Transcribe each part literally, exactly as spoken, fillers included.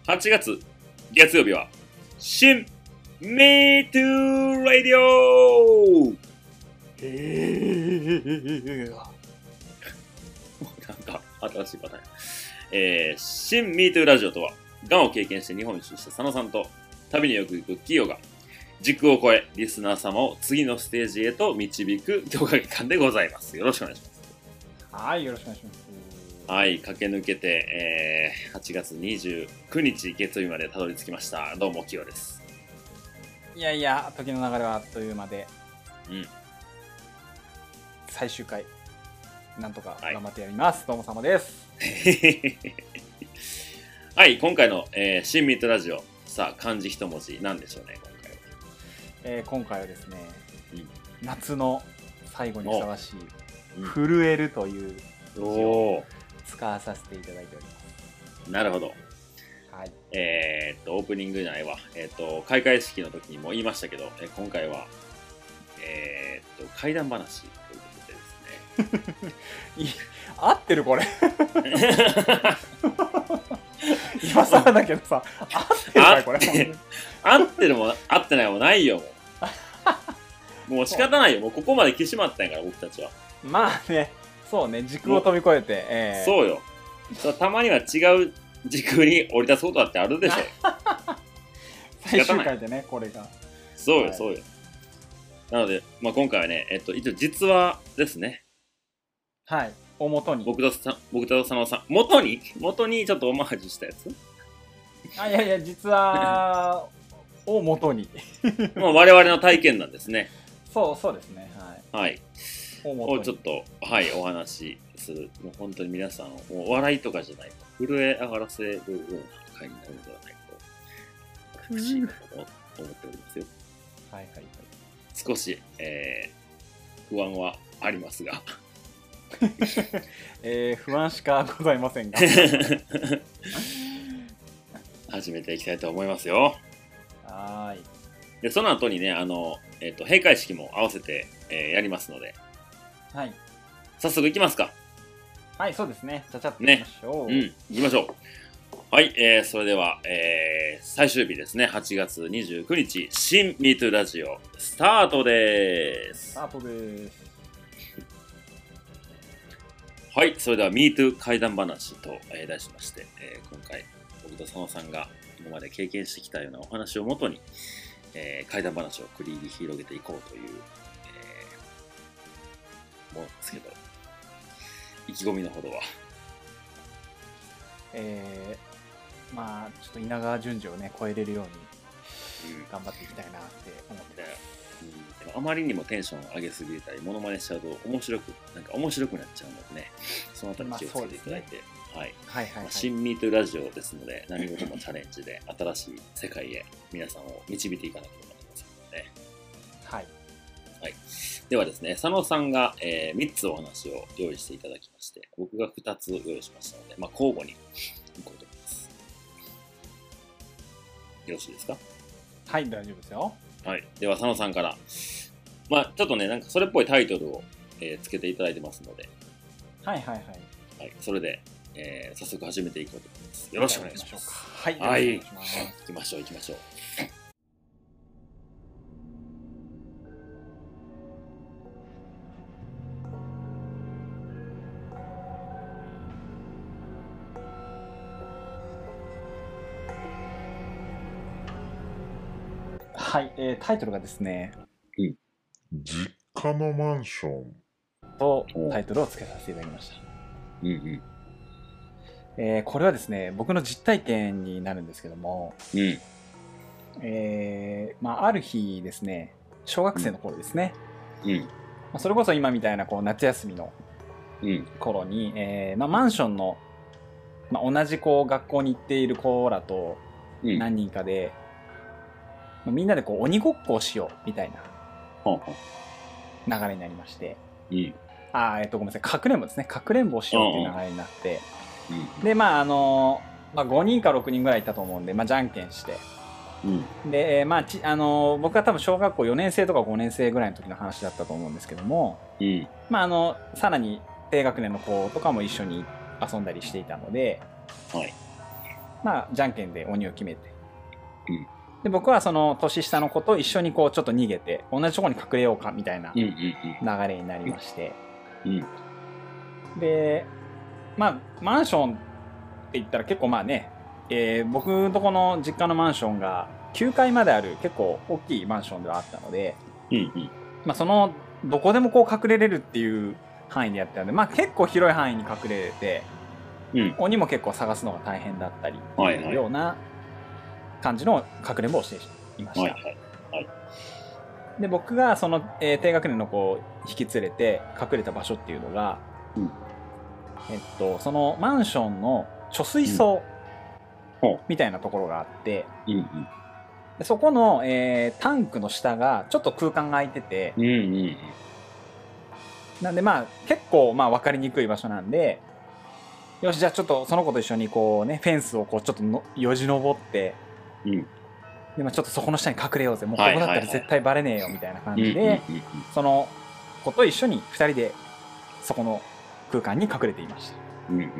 はちがつ月曜日は、新 Me Too Radio! えー、 なんか、新しいパターン。えー、新 Me Too ラジオとは、がんを経験して日本一周した佐野さんと、旅によく行くキヨが、時空を超え、リスナー様を次のステージへと導く強化期間でございます。よろしくお願いします。 はい、よろしくお願いします。 はい、駆け抜けて、えー、はちがつにじゅうくにち月曜日までたどり着きました。どうも、キヨです。 いやいや、時の流れはあっという間で、 うん。 最終回、なんとか頑張ってやります。はい、どうも様です。 はい、今回の、えー、新ミートラジオ、さあ、漢字一文字、なんでしょうね、今回は。 えー、今回はですね、 うん、 夏の最後にふさわしい、うん、震えるという字を使わさせていただいております。 なるほど。 はい。 えー、っと、オープニングじゃないわ。えー、っと、開会式の時にも言いましたけど、えー、今回は、えー、っと、怪談話ということでですね。 い合ってるこれ。今更だけどさ、合ってるかいこれ。 合ってるも合ってないもないよ、もう。もう仕方ないよ。もうここまで来てしまったんやから、僕たちは。 まあね、そうね、時空を飛び越えて。 えー、そうよ。たまには違う時空に降り立つことだってあるでしょ。 最終回でね、これが。 そうよ、はい、そうよ。なので、まあ、今回はね、えっと、一応実話ですね。 はい。を元に。 僕とさ、僕と佐野さん。元に元にちょっとオマージュしたやつあ、いやいや、実話を元に。 もう我々の体験なんですね。 そう、そうですね。はい。 はい。をちょっと、はい、お話しする。もう本当に皆さん、もう笑いとかじゃないと、震え上がらせるような回になるのではないと、私、思っておりますよ。 はいはいはい。 少し、えー、不安はありますが。 えー、不安しかございませんが。 始めていきたいと思いますよ。 はい。 で、その後にね、あの、えっと、閉会式も合わせて、えー、やりますので。 はい。 早速行きますか。 はい、そうですね。ちゃちゃっと行きましょう。 ね、うん、行きましょう。はい、えー、それでは、えー、最終日ですね。はちがつにじゅうくにち、新 Me Too ラジオ、スタートです。 スタートです。 はい、それでは Me Too 怪談話と、えー、題しまして、えー、今回、僕と佐野さんが今まで経験してきたようなお話をもとに、えー、怪談話を繰り広げていこうという、えー、ものですけど、意気込みのほどは。 えー、まあちょっと稲川淳二をね超えれるように頑張っていきたいなって思ってます、 うん、でもあまりにもテンション上げすぎたりモノマネしちゃうと面白くなんか面白くなっちゃうのでね、そのあたり気をつけていただいて、まあね、はい、はいはいはい、新ミートラジオですので何事もチャレンジで新しい世界へ皆さんを導いていかなければなりませんので、 はい、はい、 ではですね、佐野さんが、えー、みっつお話を用意していただきまして、僕がふたつ用意しましたので、まあ、交互にいこうと思います。よろしいですか？ はい、大丈夫ですよ。 はい。では、佐野さんから。まあ、ちょっとね、なんかそれっぽいタイトルを、えー、つけていただいてますので。 はいはいはい。 はい。それで、えー、早速始めていこうと思います。よろしくお願いします。 はい。 はい。行きましょう、行きましょう。 はい、えー、タイトルがですね、 うん、 実家のマンションとタイトルをつけさせていただきました。 うんうんえー、これはですね、僕の実体験になるんですけども、 うん、 えーまあ、ある日ですね、小学生の頃ですね、 うんまあ、それこそ今みたいなこう夏休みの頃に、うんえーまあ、マンションの、まあ、同じこう学校に行っている子らと何人かで、うん、みんなでこう鬼ごっこをしようみたいな流れになりまして、 うん、 あえっとごめんなさい、かくれんぼですね、かくれんぼをしようっていう流れになって、うん、でまああの、まあ、ごにんかろくにんぐらいいたと思うんで、まあ、じゃんけんして、うん、でまあちあの僕は多分小学校よねん生とかごねん生ぐらいの時の話だったと思うんですけども、うん、まああのさらに低学年の子とかも一緒に遊んだりしていたので、はい、 まあじゃんけんで鬼を決めて、 うん、 で僕はその年下の子と一緒にこうちょっと逃げて同じところに隠れようかみたいな流れになりまして、 うんうん、でまあマンションって言ったら結構まあね、えー、僕のとこの実家のマンションがきゅうかいまである結構大きいマンションではあったので、 うんうんまあ、そのどこでもこう隠れれるっていう範囲でやってたので、まあ、結構広い範囲に隠れれて、 うん、 鬼も結構探すのが大変だったりっていうような感じのかくれんぼをしていました。はいはいはい、で僕がその、えー、低学年の子を引き連れて隠れた場所っていうのが、うん、えっとそのマンションの貯水槽みたいなところがあって、 うんうんでそこの、えー、タンクの下がちょっと空間が空いてて、 うんうん、 なんでまあ結構まあ分かりにくい場所なんで、よしじゃあちょっとその子と一緒にこうねフェンスをこうちょっとのよじ登って、 うん、 でまあちょっとそこの下に隠れようぜ、もうここだったら絶対バレねえよみたいな感じで、その子と一緒にふたりでそこの空間に隠れていました。 うんうん、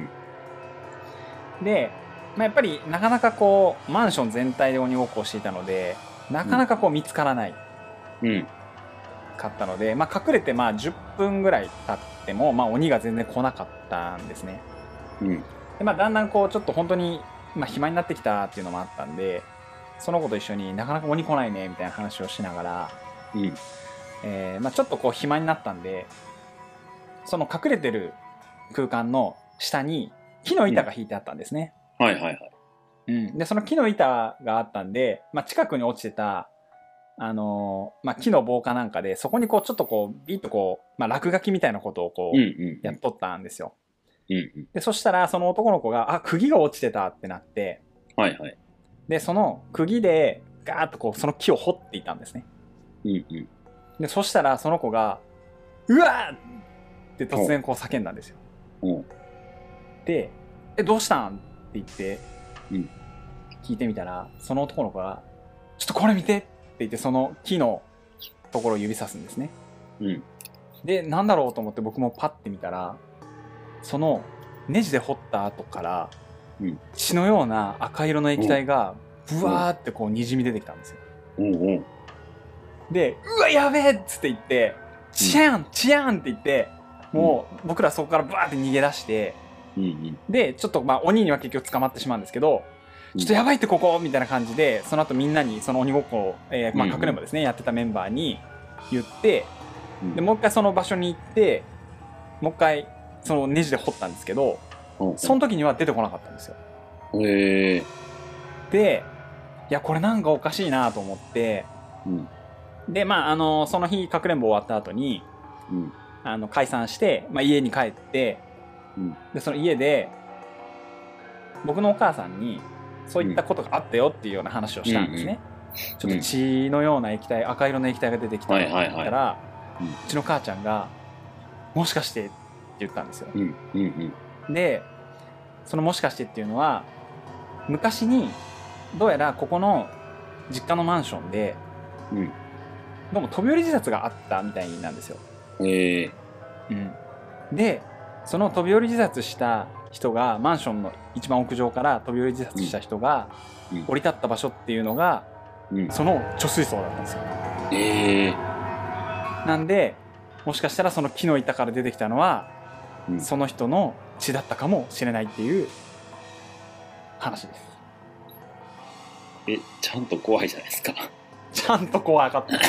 でまあ、やっぱりなかなかこうマンション全体で鬼ごっこをしていたのでなかなかこう見つからない、 うん、 かったので、まあ、隠れてまあじゅっぷんぐらい経っても、まあ、鬼が全然来なかったんですね。 うん、 でまあ、だんだんこうちょっと本当に、まあ、暇になってきたっていうのもあったんでその子と一緒になかなか鬼来ないねみたいな話をしながら、 うんえーまあ、ちょっとこう暇になったんでその隠れてる空間の下に木の板が引いてあったんですね。 うん、はいはいはい。 うん、でその木の板があったんで、まあ、近くに落ちてた、あのーまあ、木の棒かなんかでそこにこうちょっとこうビッとこう、まあ、落書きみたいなことをこうやっとったんですよ。 うんうん、 でそしたらその男の子があ釘が落ちてたってなって、 はいはい、 でその釘でガーッとこうその木を掘っていたんですね。 うんうん、 でそしたらその子がうわーって突然こう叫んだんですよ。でえどうしたんって言って、うん、聞いてみたらその男の子がちょっとこれ見てって言ってその木のところを指さすんですね。 うん、でなんだろうと思って僕もパッて見たらそのネジで掘った後から、うん、血のような赤色の液体がブワーってこうにじみ出てきたんですよ。 うんうん、 でうわやべえっつって言ってチャンチャンって言ってもう僕らそこからブワーって逃げ出して、うんうん、でちょっとまあ鬼には結局捕まってしまうんですけど、ちょっとやばいってここみたいな感じでその後みんなにその鬼ごっこを、えーまあ、かくれんぼですね、うんうん、やってたメンバーに言って、うん、でもう一回その場所に行ってもう一回そのネジで掘ったんですけど、うんうん、その時には出てこなかったんですよ。 へー。 でいやこれなんかおかしいなと思って、うん、でまああのその日かくれんぼ終わった後に、うん、あの解散して、まあ、家に帰って、うん、でその家で僕のお母さんにそういったことがあったよっていうような話をしたんですね。うんうん、ちょっと血のような液体、赤色の液体が出てきたって言ったら、うちの母ちゃんがもしかしてって言ったんですよ。 うんうんうん、 でそのもしかしてっていうのは昔にどうやらここの実家のマンションで、うん、どうも飛び降り自殺があったみたいなんですよ。 へー。 うん、でその飛び降り自殺した人がマンションの一番屋上から飛び降り自殺した人が降り立った場所っていうのが、うん、その貯水槽だったんですよ。 へー。 なんでもしかしたらその木の板から出てきたのは、うん、その人の血だったかもしれないっていう話です。 え、ちゃんと怖いじゃないですか。 ちゃんと怖かった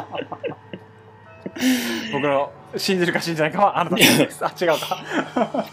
僕の信じるか信じないかはあなたです。あ、違うか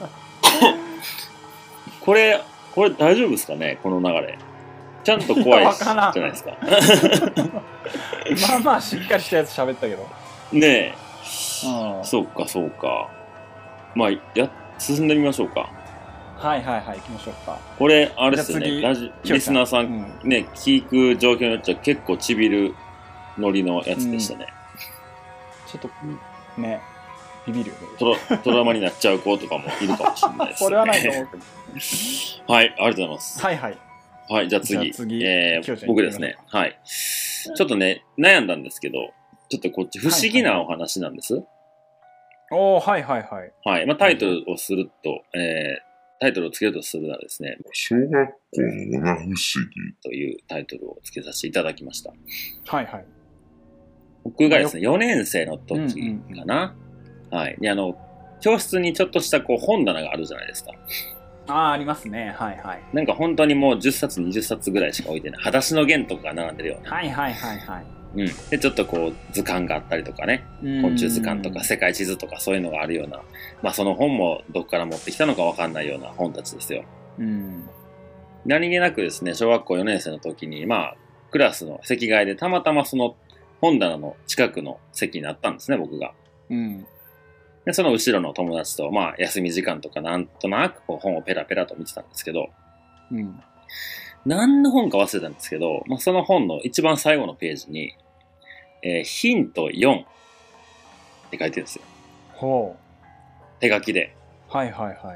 これこれ大丈夫ですかね、この流れ。ちゃんと怖いじゃないですかまあまあしっかりしたやつ喋ったけどねえ、うん、そうかそうか。まあや進んでみましょうか。 はいはいはい、行きましょうか。 これあれですよね、ラジリスナーさん、うん、ね聞く状況によっちゃ結構ちびるノリのやつでしたね。 うん、ちょっとねビビるよね。 トラトラウマになっちゃう子とかもいるかもしれないです、ね。 それはないと思うけど。 はい、ありがとうございます。 はいはい。 はい、じゃあ次、じゃあ次えー、僕ですね。はい。ちょっとね悩んだんですけど、ちょっとこっち不思議なお話なんです。はいはい、 おー、はいはいはい。 はい、まあタイトルをすると、えータイトルをつけるとするならですね、 小学校の七不思議というタイトルをつけさせていただきました。 はいはい。 僕がですね、よねん生の時かな。うんうん、はい。で、あの、教室にちょっとしたこう本棚があるじゃないですか。 ああ、ありますね。はいはい。 なんか本当にもうじゅっさつ、にじゅっさつぐらいしか置いてない。裸足の弦とかが並んでるような。 はいはいはいはい。 うん。で、ちょっとこう図鑑があったりとかね。昆虫図鑑とか世界地図とかそういうのがあるような。まあその本もどっから持ってきたのかわかんないような本たちですよ。うん。何気なくですね、小学校よねん生の時に、まあ、クラスの席替えでたまたまその本棚の近くの席になったんですね、僕が。うん。で、その後ろの友達と、まあ、休み時間とかなんとなくこう本をペラペラと見てたんですけど、うん。何の本か忘れたんですけど、まあ、その本の一番最後のページに、えー、ヒントよんって書いてるんですよ。ほう。手書きで。 はいはいはい。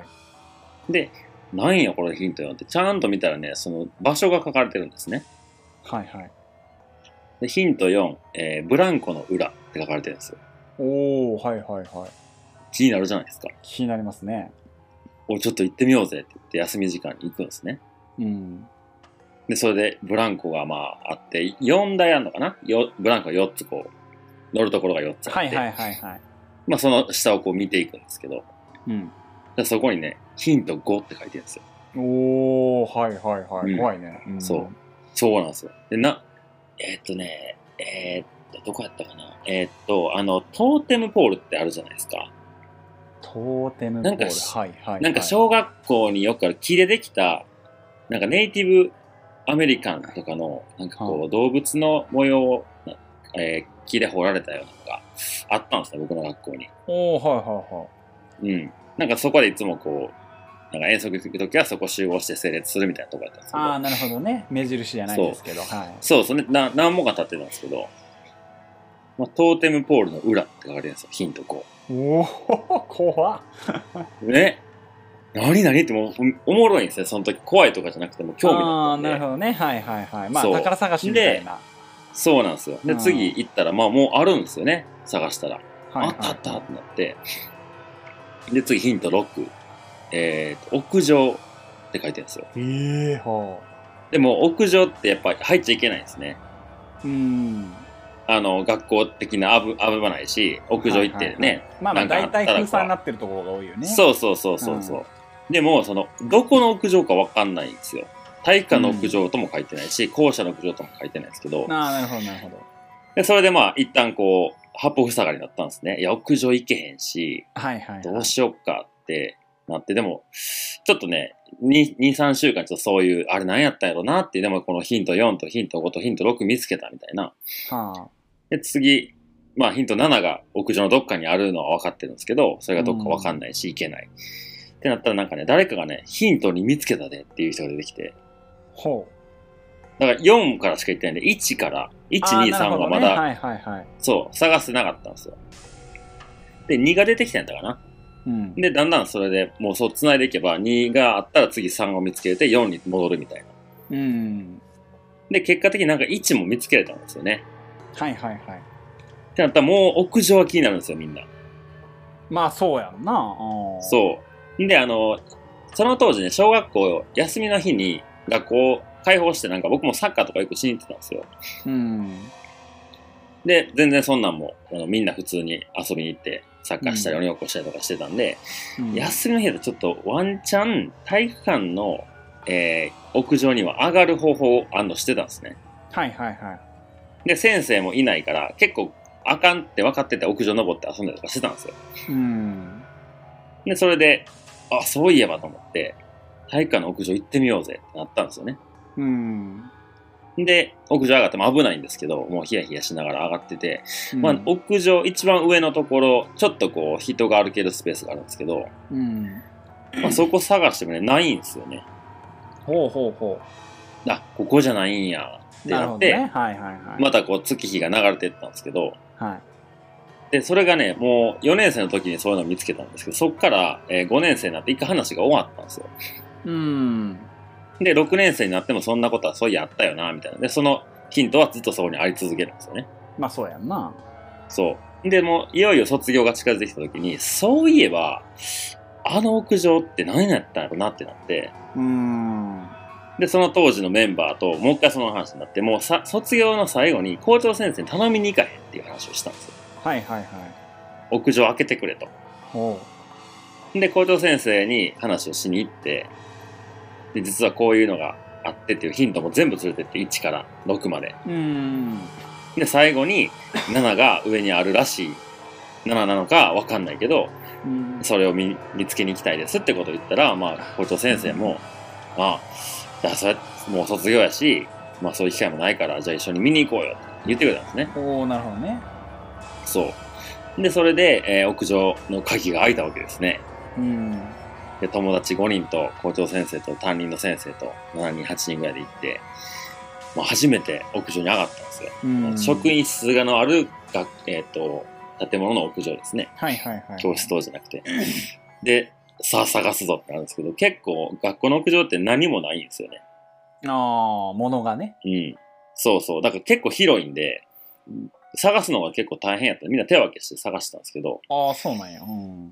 で、なんやこれヒントよんって、ちゃんと見たらね、その場所が書かれてるんですね。 はいはい。 で、ヒントよん、えー、ブランコの裏って書かれてるんですよ。 おー、はいはいはい。 気になるじゃないですか。 気になりますね。 おい、ちょっと行ってみようぜって言って休み時間に行くんですね。うん。で、それでブランコがまああって、よんだいあるのかなよブランコがよっつこう、乗るところがよっつあって。 はいはいはいはい。 まあその下をこう見ていくんですけど、うん。でそこにね、ヒントごって書いてるんですよ。 おー、はいはいはい。うん、怖いね、 うん。そう。そうなんですよ。で、な、えー、っとね、えー、っと、どこやったかなえー、っと、あの、トーテムポールってあるじゃないですか。 トーテムポール。はいはい、はい。 なんか小学校によくある木でできた、なんかネイティブアメリカンとかの、なんかこう、動物の模様を、えー、木で彫られたようなのがあったんですね、僕の学校に。 おー、はいはいはい。 うん。なんかそこでいつもこう、なんか遠足行くときはそこ集合して整列するみたいなとこやったんですけど。 ああ、なるほどね。目印じゃないですけど。 そう、 はい、 そうそうね。な何もか立ってたんですけど、まあ、トーテムポールの裏って書かれてるんですよ、ヒントご。 おお、怖っ。 ね。何何ってもうおもろいんですよ、その時。怖いとかじゃなくても興味だったんで。 ああ、なるほどね。はいはいはい。まあ、宝探しみたいな。 そうなんですよ。で、次行ったら、まあもうあるんですよね、探したら。はいはいはい、あったあったってなって。で、次ヒントろく。えーと、屋上って書いてるんですよ。 へえー、はあ。でも、屋上ってやっぱり入っちゃいけないんですね。 うん。 あの、学校的な危、危ないし、屋上行ってね。はいはいはい、 まあまあ、大体封鎖になってるところが多いよね。 そうそうそうそうそう。うん、でも、その、どこの屋上かわかんないんですよ。体育館の屋上とも書いてないし、うん、校舎の屋上とも書いてないんですけど。 ああ、なるほど、なるほど。 で、それでまあ、一旦こう、八方塞がりになったんですね。いや、屋上行けへんし、 はいはいはい、 どうしよっかってなって、でも、ちょっとね、に、さんしゅうかんちょっとそういう、あれ何やったんやろなっていう、でもこのヒントよんとヒントごとヒントろく見つけたみたいな。はあ、で、次、まあヒントななが屋上のどっかにあるのは分かってるんですけど、それがどっか分かんないし、行けない。ってなったらなんかね、誰かがね、ヒントに見つけたでっていう人が出てきて。ほう。だからよんからしか言ってないんで、いちから、いち、に、さんはまだ、ね、はいはいはい、そう、探せなかったんですよ。で、にが出てきたんやったかな。うん、で、だんだんそれでもうそう繋いでいけば、にがあったら次さんを見つけてよんに戻るみたいな。うん。で、結果的になんかいちも見つけれたんですよね。 はいはいはい。 ってなったらもう屋上は気になるんですよ、みんな。 まあそうやんな。 そう。で、あの、その当時ね、小学校休みの日に学校開放してなんか僕もサッカーとかよくしに行ってたんですよ。うん。で、全然そんなんもあのみんな普通に遊びに行ってサッカーしたり鬼ごっこしたりとかしてたんで、うん、休みの日だとちょっとワンチャン体育館の、えー、屋上には上がる方法をあんのしてたんですね。 はいはいはい。 で、先生もいないから結構あかんって分かってて屋上登って遊んだりとかしてたんですよ。うん。で、それで、あ、そういえばと思って、体育館の屋上行ってみようぜってなったんですよね。うん。で、屋上上がっても危ないんですけど、もうヒヤヒヤしながら上がってて、うん、まあ、屋上一番上のところ、ちょっとこう、人が歩けるスペースがあるんですけど、うん。まあ、そこ探してもね、ないんですよね。 ほうほうほう。あ、ここじゃないんや、ってなって、 ね、はいはいはい、 またこう、月日が流れていったんですけど、はい。で、それがね、もうよねん生の時にそういうのを見つけたんですけど、そっから、えー、ごねん生になって一回話が終わったんですよ。うん。で、ろくねん生になってもそんなことはそういやあったよな、みたいな。で、そのヒントはずっとそこにあり続けるんですよね。 まあそうやんな。 そう。で、もういよいよ卒業が近づいてきた時に、そういえば、 あの屋上って何やったんやろなってなって、 うーんでその当時のメンバーともう一回その話になって、もうさ卒業の最後に校長先生に頼みに行かへんっていう話をしたんですよ。 はいはいはい。 屋上開けてくれと。 おうで校長先生に話をしに行って、で実はこういうのがあってっていうヒントも全部連れてっていちからろくまで。 うーんで最後にななが上にあるらしい。なななのか分かんないけど、それを 見, 見つけに行きたいですってことを言ったら、まあ、校長先生も、まあ、じゃあそれもう卒業やし、まあそういう機会もないから、じゃあ一緒に見に行こうよって言ってくれたんですね。 おおなるほどね。 そう。で、それで、えー、屋上の鍵が開いたわけですね。 うん。 で、友達ごにんと校長先生と担任の先生としちにん、はちにんぐらいで行って、まあ、初めて屋上に上がったんですよ。うん、職員室がのある学、えっと、建物の屋上ですね。 はいはいはい。 教室棟じゃなくて。で、さあ探すぞってなるんですけど、結構学校の屋上って何もないんですよね。 ああ、物がね。 うん。そうそう。だから結構広いんで、探すのが結構大変やった。みんな手分けして探したんですけど。 ああ、そうなんや。うん。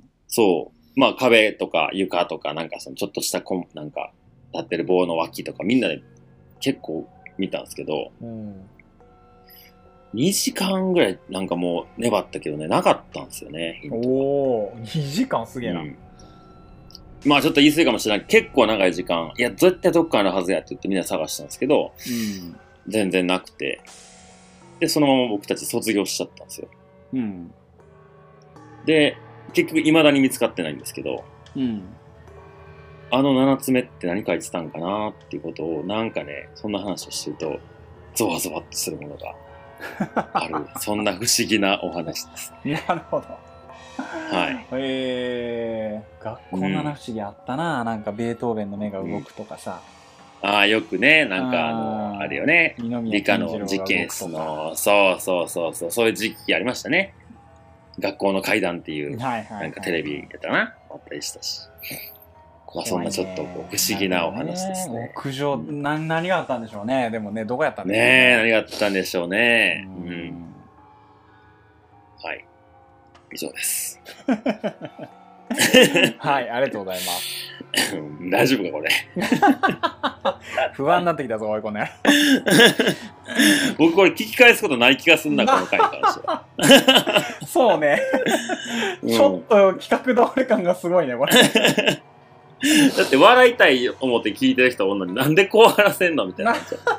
そう。まあ壁とか床とかなんかそのちょっとしたこなんか立ってる棒の脇とかみんなで結構見たんですけど、うん、にじかんぐらいなんかもう粘ったけどね、なかったんですよね。 おお、にじかんすげえな。うん、 まあちょっと言い過ぎかもしれない。結構長い時間、いや絶対どっかあるはずやって言ってみんな探したんですけど、うん、全然なくて、でそのまま僕たち卒業しちゃったんですよ。うん、で結局未だに見つかってないんですけど、うん、あのななつめって何書いてたんかなっていうことをなんかね、そんな話をしてるとゾワゾワっとするものがあるそんな不思議なお話です、 ね。なるほど。 はい。 えー、学校なな不思議あったな、うん、なんかベートーベンの目が動くとかさ。 うん、ああよくね、なんかあのあれよね、理科の実験室のそうそうそうそうそういう時期ありましたね。学校の怪談っていう、はいはいはい、なんかテレビやったかなあったりしたし。まあ、そんなちょっとこう不思議なお話ですね。 屋上、うん、何, 何があったんでしょうね。でもね、どこやったんでしょうね。ねえ、何があったんでしょうね。うん、うん、はい。以上です。 はい、ありがとうございます。 大丈夫かこれ。 不安になってきたぞ、おいこね。 僕これ聞き返すことない気がすんな、この回に関しては。 そうね。ちょっと企画倒れ感がすごいね、これ。 だって笑いたい思って聞いてる人おんのになんで怖がらせんのみたいな。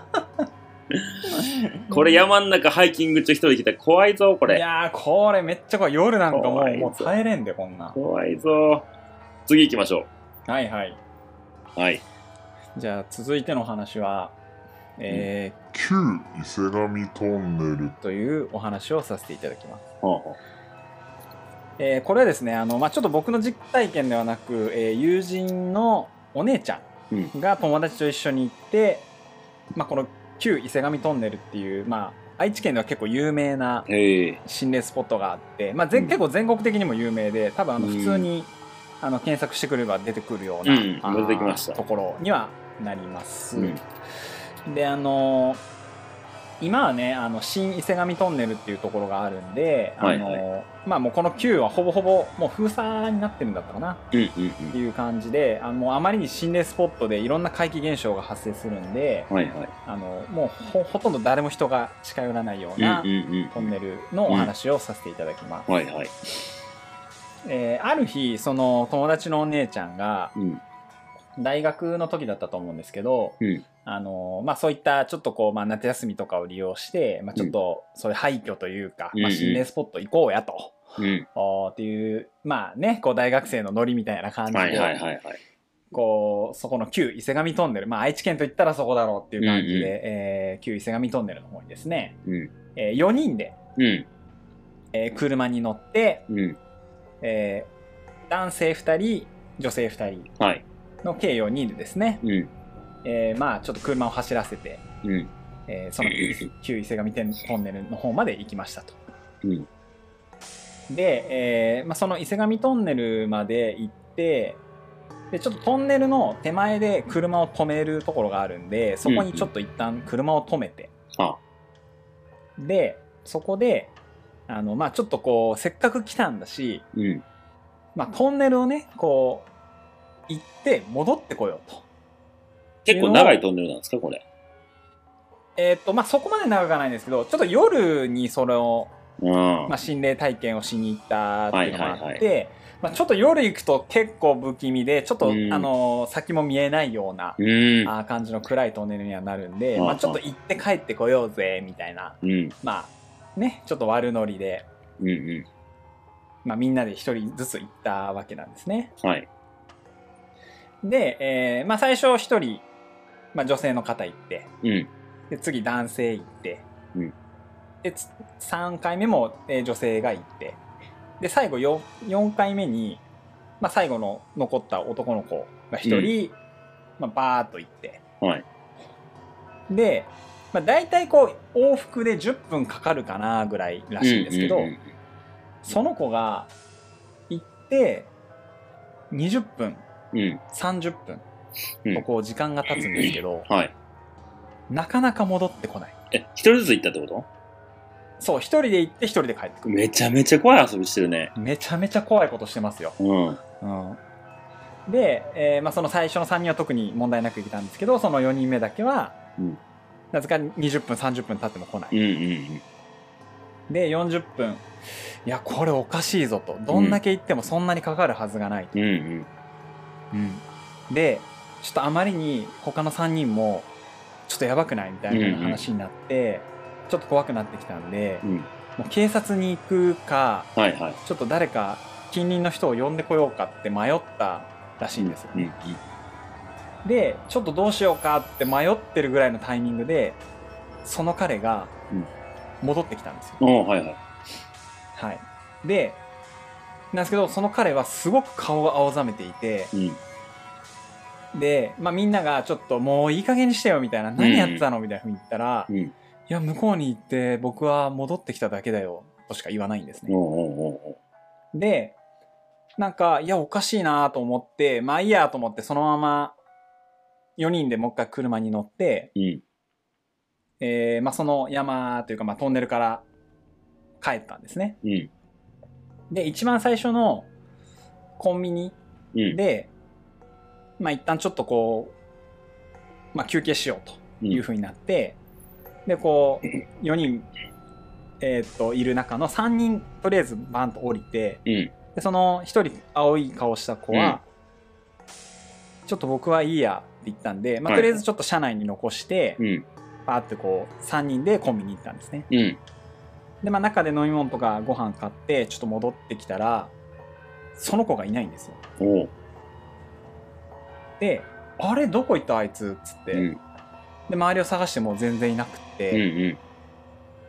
これ山ん中ハイキング中一人来たら怖いぞこれ。 いやーこれめっちゃ怖い。夜なんかもう、もう耐えれんでこんな。 怖いぞ。次行きましょう。はいはい。 はい。 じゃあ続いての話は、えー、 旧伊勢神トンネルというお話をさせていただきます。はあはあえー、これはですね、あの、まあ、ちょっと僕の実体験ではなく、えー、友人のお姉ちゃんが友達と一緒に行って、うんまあ、この旧伊勢神トンネルっていう、まあ、愛知県では結構有名な心霊スポットがあって、まあ、結構全国的にも有名で多分あの普通に、うん、あの検索してくれば出てくるような、うん、ところにはなります。うん、であの今はねあの新伊勢神トンネルっていうところがあるんで、はいはい、あのまあもうこの旧はほぼほぼもう封鎖になってるんだったかな、うんうんうん、っていう感じであのもうあまりに心霊スポットでいろんな怪奇現象が発生するんで、はいはい、あのもう ほ, ほとんど誰も人が近寄らないようなトンネルのお話をさせていただきます。うんはいはいえー、ある日その友達のお姉ちゃんが、うん大学の時だったと思うんですけど、うん、あのまあ、そういったちょっとこう、まあ、夏休みとかを利用して、まあ、ちょっとそういう廃墟というか、うんまあ、心霊スポット行こうやと、うん、おっていうまあねこう大学生のノリみたいな感じで、はいはいはいはい、こうそこの旧伊勢神トンネル、まあ、愛知県といったらそこだろうっていう感じで、うんうんえー、旧伊勢神トンネルの方にですね、うんえー、よにんで、うんえー、車に乗って、うんえー、男性ふたり女性ふたり、はいの計よにんでですね、うんえー、まあちょっと車を走らせて、うんえー、その旧伊勢神トンネルの方まで行きましたと。うん、で、えーまあ、その伊勢神トンネルまで行ってでちょっとトンネルの手前で車を止めるところがあるんでそこにちょっと一旦車を止めて、うん、でそこであの、まあ、ちょっとこうせっかく来たんだし、うんまあ、トンネルをねこう行って戻ってこようと。 結構長いトンネルなんですかこれ。 えっとまあそこまで長くはないんですけど、ちょっと夜にそれを、 うん、 まあ、心霊体験をしに行ったっていうのがあって、はいはいはい、まあ、ちょっと夜行くと結構不気味でちょっと、うん、あの先も見えないような、うん、あ感じの暗いトンネルにはなるんで、うん、まあ、ちょっと行って帰ってこようぜみたいな、うん、まあねちょっと悪ノリで、うんうんまあ、みんなで一人ずつ行ったわけなんですね。はい、で、えーまあ、最初一人、まあ、女性の方行って、うん、で次男性行って、うん、でさんかいめも、えー、女性が行ってで最後 よ, よんかいめに、まあ、最後の残った男の子が一人、うんまあ、バーッと行って、はい、で、まあ、大体こう往復でじゅっぷんかかるかなぐらいらしいんですけど、うんうんうん、その子が行ってにじゅっぷん、うん、さんじゅっぷんとこう時間が経つんですけど、うんはい、なかなか戻ってこない。 え、一人ずつ行ったってこと？ そう、一人で行って一人で帰ってくる。 めちゃめちゃ怖い遊びしてるね。 めちゃめちゃ怖いことしてますよ。うん。うん、で、えーまあ、その最初のさんにんは特に問題なく行けたんですけど、そのよにんめだけは、うん、なぜかにじゅっぷん、さんじゅっぷん経っても来ない。うんうんうん、で、よんじゅっぷん。いや、これおかしいぞと。どんだけ行ってもそんなにかかるはずがないと。うんうんうん、で、ちょっとあまりに他のさんにんも、ちょっとやばくないみたいな話になって、うんうんちょっと怖くなってきたんで、うん、もう警察に行くか、はいはい、ちょっと誰か近隣の人を呼んでこようかって迷ったらしいんですよね、うんうんうん、でちょっとどうしようかって迷ってるぐらいのタイミングでその彼が戻ってきたんですよ、うんはいはいはい、でなんですけどその彼はすごく顔が青ざめていて、うん、で、まあ、みんながちょっともういい加減にしてよみたいな、うん、何やってたのみたいなふうに言ったら、うんいや向こうに行って僕は戻ってきただけだよとしか言わないんですね。でなんかいやおかしいなと思ってまあいいやと思ってそのままよにんでもう一回車に乗って、うんえーまあ、その山というか、まあ、トンネルから帰ったんですね。うん、で一番最初のコンビニで、うん、まあ一旦ちょっとこう、まあ、休憩しようという風になって、うんでこうよにん、えー、っといる中のさんにんとりあえずバンと降りて、うん、でそのひとり青い顔した子は、うん、ちょっと僕はいいやって言ったんで、まあ、とりあえずちょっと車内に残して、はい、バーってこうさんにんでコンビニ行ったんですね、うん、でまあ中で飲み物とかご飯買ってちょっと戻ってきたらその子がいないんですよ。おであれどこ行ったあいつっつって、うんで周りを探しても全然いなくて、うんうん、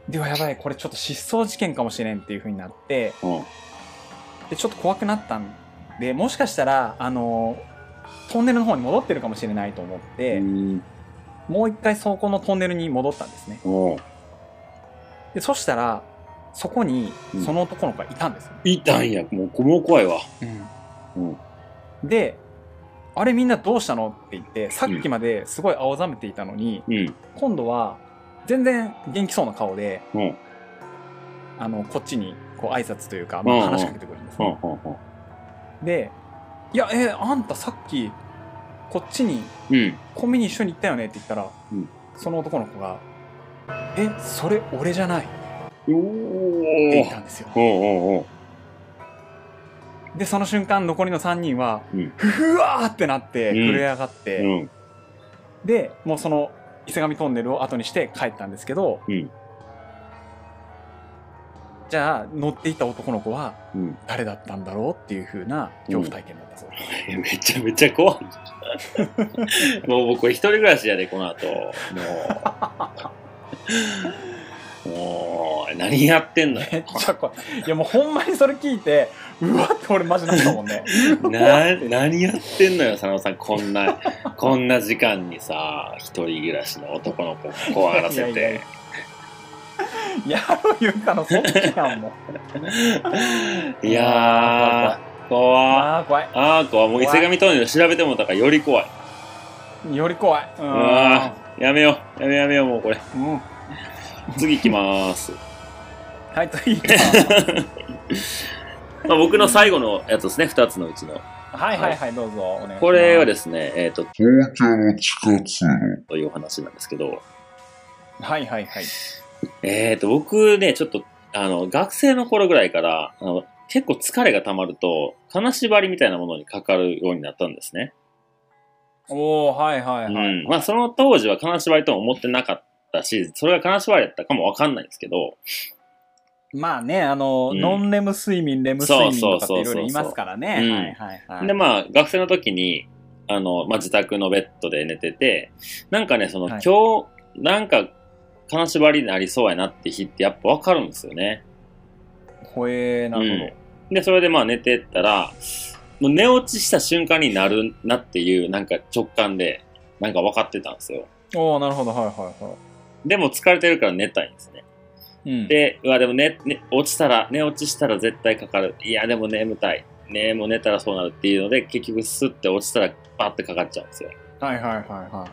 ではやばいこれちょっと失踪事件かもしれんっていう風になって、うん、でちょっと怖くなったんでもしかしたらあのトンネルの方に戻ってるかもしれないと思って、うん、もう一回そこのトンネルに戻ったんですね、うん、でそしたらそこにその男の子がいたんですよ、 うん、いたんやもうもう怖いわ、 うんうん、であれみんなどうしたのって言ってさっきまですごい青ざめていたのに、うん、今度は全然元気そうな顔で、うん、あのこっちにこう挨拶というか、まあ、話しかけてくるんですね、うんうん、でいやえあんたさっきこっちに、うん、コンビニ一緒に行ったよねって言ったら、うん、その男の子がえそれ俺じゃないって言ったんですよ。おおおでその瞬間残りのさんにんは、うん、ふわーってなって震え上がって、うん、でもうその伊勢神トンネルを後にして帰ったんですけど、うん、じゃあ乗っていた男の子は誰だったんだろうっていう風な恐怖体験だったそうです、 うん、めちゃめちゃ怖いもう僕一人暮らしやでこの後もうもう何やってんのよめっちゃ怖い。いやもうほんまにそれ聞いてうわって俺マジなったもんねな何やってんのよ佐野さんこんなこんな時間にさ一人暮らしの男の子を怖がらせていやいやいややろう言うかのそっちやんもいやー怖あー怖いあー怖いもう伊勢神トンネル調べてもだからより怖いより怖いうんあやめようやめやめようもうこれ、うん、次行きまーすはい次行きますまあ僕の最後のやつですね、ふたつのうちの。 はいはいはい、どうぞお願いします。 これはですね、えっと、 東京の地下通路という話なんですけど、 はいはいはい。 えっと、僕ね、ちょっと、あの、学生の頃ぐらいから、あの結構疲れが溜まると、金縛りみたいなものにかかるようになったんですね。 おー、はいはいはい、はい。 うん。まあその当時は金縛りとも思ってなかったし、それが金縛りだったかもわかんないんですけど、 まあね、あの、うん、ノンレム睡眠、レム睡眠とかっていろいろ言いますからね。はいはいはい。 で、まあ、学生の時に、あの、まあ、自宅のベッドで寝てて、なんかね、その、はい、今日、なんか、金縛りになりそうやなって日ってやっぱわかるんですよね。 ほえー、なるほど、 うん。で、それでまあ寝てったら、もう寝落ちした瞬間になるなっていう、なんか直感で、なんか分かってたんですよ。 おー、なるほど、はいはいはい。 でも疲れてるから寝たいんですね。うん、で、うわ、でも寝、寝、落ちたら、寝落ちしたら絶対かかる。いや、でも眠たい。ね、もう寝たらそうなるっていうので、結局スッて落ちたらパッてかかっちゃうんですよ。 はいはいはいはい。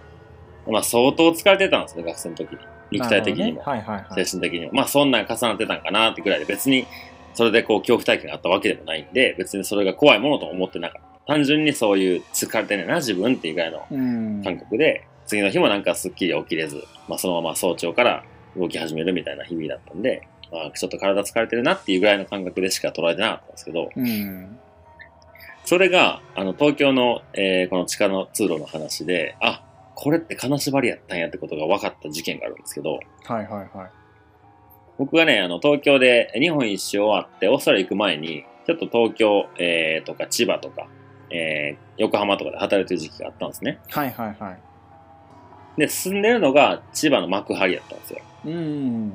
まあ相当疲れてたんですね、学生の時に。肉体的にも、ね、はいはいはい、精神的にも。まあそんなん重なってたんかなってぐらいで、別にそれでこう恐怖体験があったわけでもないんで、別にそれが怖いものと思ってなかった。単純にそういう疲れてねえな、自分っていうぐらいの感覚で、次の日もなんかすっきり起きれず、まあそのまま早朝から動き始めるみたいな日々だったんで、まあ、ちょっと体疲れてるなっていうぐらいの感覚でしか捉えてなかったんですけど、うん、それがあの東京の、えー、この地下の通路の話で、あ、これって金縛りやったんやってことが分かった事件があるんですけど、 はいはいはい、 僕がね、あの東京で日本一周終わってオーストラリア行く前に、ちょっと東京、えー、とか千葉とか、えー、横浜とかで働いてる時期があったんですね。 はいはいはい。 で、住んでるのが千葉の幕張やったんですよ。うん。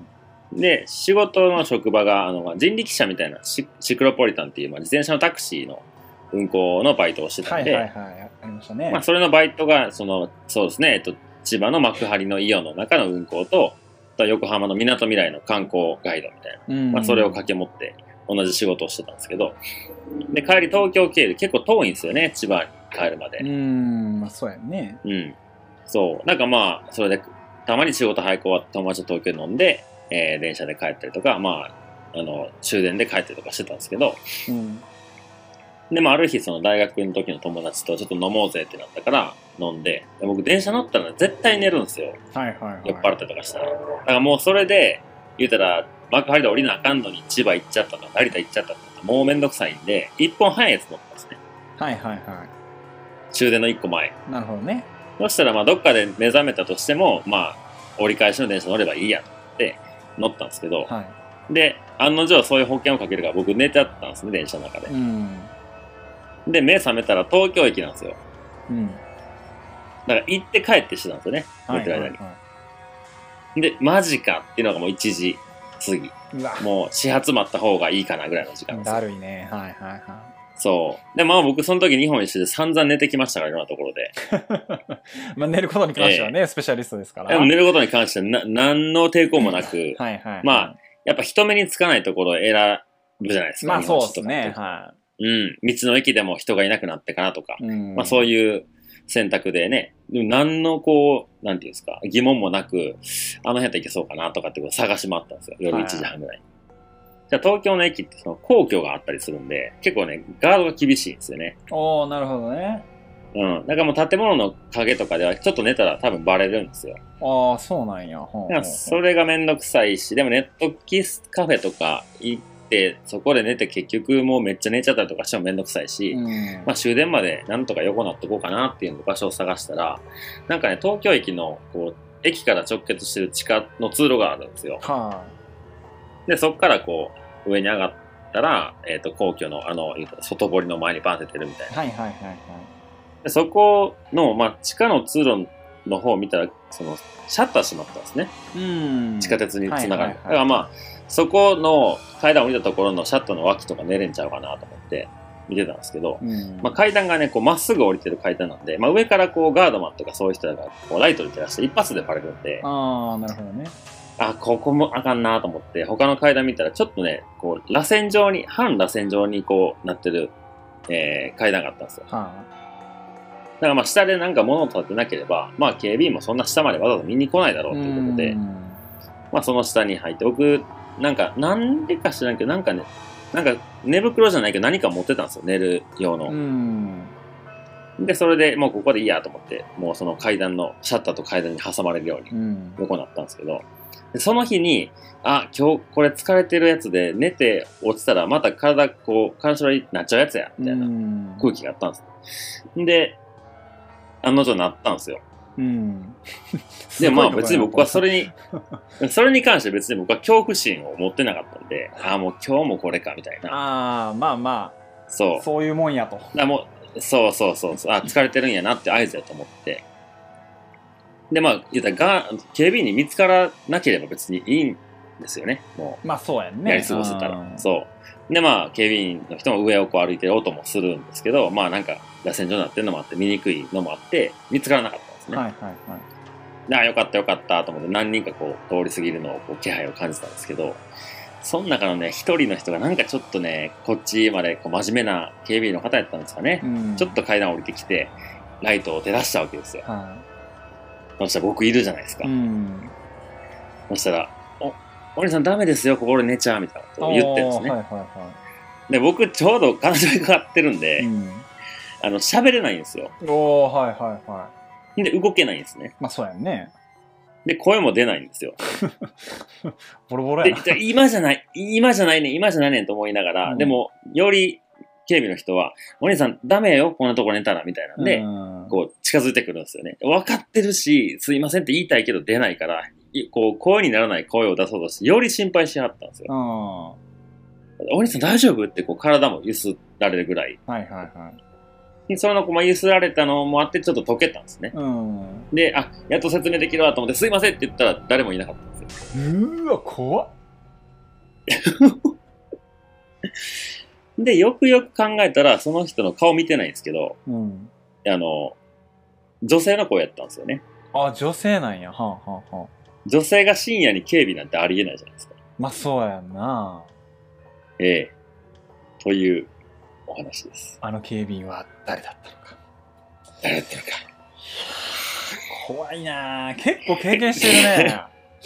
で、仕事の職場が、あの、人力車みたいなシ、シクロポリタンっていう、まあ、自転車のタクシーの運行のバイトをしてたんで、はいはいはい、ありましたね。まあ、それのバイトが、その、そうですね、えっと、千葉の幕張のイオンの中の運行と、横浜のみなとみらいの観光ガイドみたいな、うん、まあ、それを掛け持って同じ仕事をしてたんですけど、で、帰り東京経由で結構遠いんですよね、千葉に帰るまで。 うん、まあ、そうやね。 うん。そう。なんかまあ、それで、たまに仕事早く終わって友達と東京飲んで、えー、電車で帰ったりとか、まあ、あの、終電で帰ったりとかしてたんですけど、うん、でもある日、その大学の時の友達とちょっと飲もうぜってなったから飲んで、で僕電車乗ったら絶対寝るんですよ。はいはいはい。酔っ払ったりとかしたら。だからもうそれで、言うたら、幕張で降りなあかんのに千葉行っちゃったとか、成田行っちゃったとか、もうめんどくさいんで、一本早いやつ乗ったんですね。はいはいはい。終電の一個前。 なるほどね。 そしたら、まあ、どっかで目覚めたとしても、まあ、折り返しの電車乗ればいいやと思って乗ったんですけど、はい、で、案の定そういう保険をかけるから僕寝てあったんですね、電車の中で。うん、で、目覚めたら東京駅なんですよ。うん、だから行って帰ってしてたんですよね、寝てる間に。はいはいはい、で、マジかっていうのがもういちじ過ぎ。もう始発待った方がいいかなぐらいの時間です。 だるいね。はいはいはい。 そう。で、まあ僕その時日本一周で散々寝てきましたから、いろんなところで。 まあ寝ることに関してはね、えー、スペシャリストですから。 でも寝ることに関してはな何の抵抗もなく、はいはいはい、まあ、やっぱ人目につかないところを選ぶじゃないですか。 まあそうですね。はい。うん。道の駅でも人がいなくなってからとか、うん、まあそういう選択でね、でも何のこう、なんていうんですか、疑問もなく、あの辺やったら行けそうかなとかってこう探し回ったんですよ。夜いちじはんぐらいに。はい、じゃあ東京の駅ってその皇居があったりするんで、結構ね、ガードが厳しいんですよね。 おー、なるほどね。 うん。だからもう建物の影とかではちょっと寝たら多分バレるんですよ。 ああ、そうなんや。ほうほうほう。 だからそれがめんどくさいし、でもネットキスカフェとか行って、そこで寝て結局もうめっちゃ寝ちゃったりとかしてもめんどくさいし、うん、まあ終電までなんとか横なってこうかなっていう場所を探したら、なんかね、東京駅のこう、駅から直結してる地下の通路があるんですよ。はあ、で、そこからこう、上に上がったら、えっと、皇居のあの、外堀の前にバンって出るみたいな。はいはいはいはい。でそこの、まあ、地下の通路の方を見たら、その、シャッター閉まったんですね。うん。地下鉄につながる。はいはいはい、だからまあ、そこの階段を降りたところのシャッターの脇とか寝れんちゃうかなと思って見てたんですけど、うん、まあ、階段がね、こう、まっすぐ降りてる階段なんで、まあ、上からこう、ガードマンとかそういう人がこうライトで照らして一発でバレるんで、 ああ、なるほどね。 あ、ここもあかんなと思って、他の階段見たら、ちょっとね、こう、螺旋状に、半螺旋状にこうなってる、えー、階段があったんですよ。はあ、だからまあ、下でなんか物を立てなければ、まあ、警備員もそんな下までわざわざ見に来ないだろうということで、まあ、その下に入って、僕、なんか、なんでか知らんけど、なんかね、 なんか寝袋じゃないけど何か持ってたんですよ、寝る用の。 うんで、それでもうここでいいやと思って、もうその階段の、シャッターと階段に挟まれるように横になったんですけど、でその日に、あ、今日これ疲れてるやつで寝て落ちたらまた体こう、体になっちゃうやつや、みたいな空気があったんです。で、案の定なったんですよ。 うん、 で、まあ別に僕はそれに、それに関して別に僕は恐怖心を持ってなかったんで、ああ、もう今日もこれか、みたいな。 ああ、まあまあ、 そう。 そういうもんやと。 だもうそうそうそうそう、あ、疲れてるんやなって合図やと思って。で、まあ、言ったらが、警備員に見つからなければ別にいいんですよね、もう。まあそうやんね。 やり過ごせたら。そう。で、まあ、警備員の人も上をこう歩いてる音もするんですけど、まあなんか、螺旋状になってるのもあって、見にくいのもあって、見つからなかったんですね。 はいはいはい。 ああ、よかったよかったと思って何人かこう通り過ぎるのをこう気配を感じたんですけど、その中のね、一人の人がなんかちょっとね、こっちまでこう真面目な警備員の方やったんですかね。うん、ちょっと階段降りてきて、ライトを照らしたわけですよ。はい、そしたら僕いるじゃないですか。うん、そしたら、お、お兄さんダメですよ、ここ俺寝ちゃうみたいなことを言ってるんですね。はいはいはい、で、僕ちょうど彼女にかかってるんで、うん、あの、喋れないんですよ。 おー、はいはいはい。 で、動けないんですね。 まあそうやんね。 で、声も出ないんですよ。 ボロボロやな。 で、今じゃない、今じゃないね、今じゃないねんと思いながら、うん、でも、より警備の人は、お兄さんダメよ、こんなとこ寝たら、みたいなんで、うん、こう、近づいてくるんですよね。分かってるし、すいませんって言いたいけど出ないから、こう、声にならない声を出そうとして、より心配しはったんですよ。うん、お兄さん大丈夫って、こう、体も揺すられるぐらい。はいはいはい。その子も揺すられたのもあってちょっと溶けたんですね。うん、で、あ、やっと説明できるわと思って、すいませんって言ったら誰もいなかったんですよ。 うーわ、怖っ。 で、よくよく考えたら、その人の顔見てないんですけど、うん、あの、女性の声やったんですよね。 あ、女性なんや。はあ、はあはあ、 女性が深夜に警備なんてありえないじゃないですか。 まあ、そうやんな。 ええ。というお話です。 あの警備員は誰だったのか。 誰だったのか。 怖いなぁ。結構経験してるね。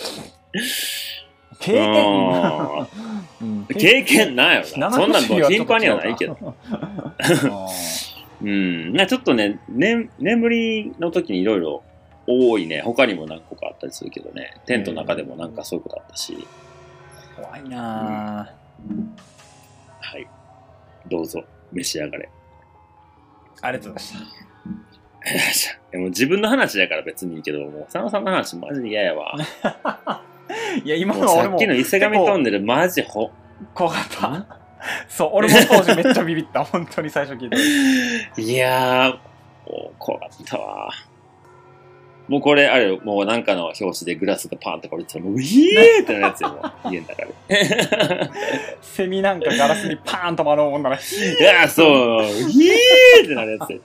経験、 うん、経験ないよな。そんなんもう頻繁にはないけど。うん。なちょっとね、ね眠りの時にいろいろ多いね。他にも何個かあったりするけどね。テントの中でもなんかそういうことあったし。 怖いなぁ、うん。 はい。どうぞ召し上がれ。 ありがとうございました。でも自分の話だから別にいいけど、もう佐野さんの話マジで嫌やわ。 いや今の俺もさっきの伊勢神トンネルマジほ怖かった。そう俺も当時めっちゃビビった本当に最初聞いた。いやーもう怖かったわ。もうこれあれよ、もうなんかの表紙でグラスがパーンってこれてたらもうイエーってなるやつよ、もう家の中で。 セミなんかガラスにパーンと丸をもんだら、いやそうイエーってなるやつよ。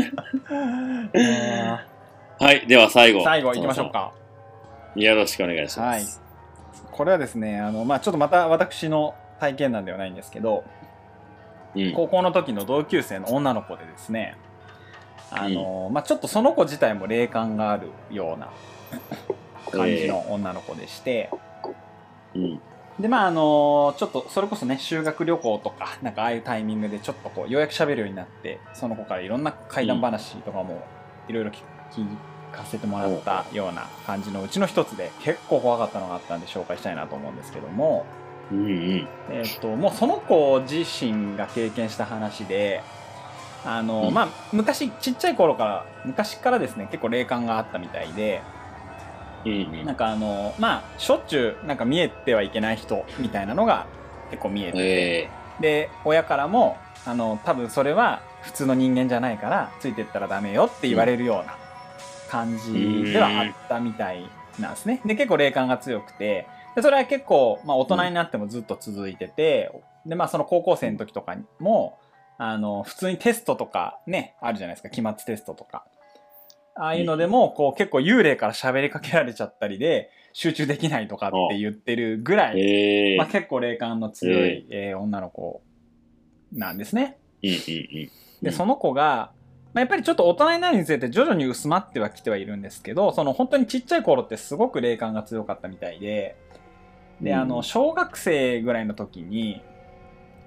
はい、では最後最後いきましょうか。 よろしくお願いします。 はい、これはですね、あのまあちょっとまた私の体験談ではないんですけど、うん、高校の時の同級生の女の子でですね、あのまあ、ちょっとその子自体も霊感があるような感じの女の子でして、えーうん、でまああのちょっとそれこそね修学旅行とかなんかああいうタイミングでちょっとこうようやく喋るようになって、その子からいろんな怪談話とかもいろいろ聞かせてもらったような感じのうちの一つで結構怖かったのがあったんで紹介したいなと思うんですけども、うんうん、えー、ともうその子自身が経験した話で、あの、うん、まあ昔ちっちゃい頃から昔からですね結構霊感があったみたいで、うんうん、なんかあのまあしょっちゅうなんか見えてはいけない人みたいなのが結構見えてて、えー、で親からもあの多分それは普通の人間じゃないからついてったらダメよって言われるような感じではあったみたいなんですね。で結構霊感が強くて、でそれは結構、まあ、大人になってもずっと続いてて、でまあその高校生の時とかもあの普通にテストとかねあるじゃないですか、期末テストとかああいうのでもこう結構幽霊から喋りかけられちゃったりで集中できないとかって言ってるぐらい、えーまあ、結構霊感の強い、えーえー、女の子なんですね。でその子が、まあ、やっぱりちょっと大人になるにつれて徐々に薄まってはきてはいるんですけど、その本当にちっちゃい頃ってすごく霊感が強かったみたいで、であの小学生ぐらいの時に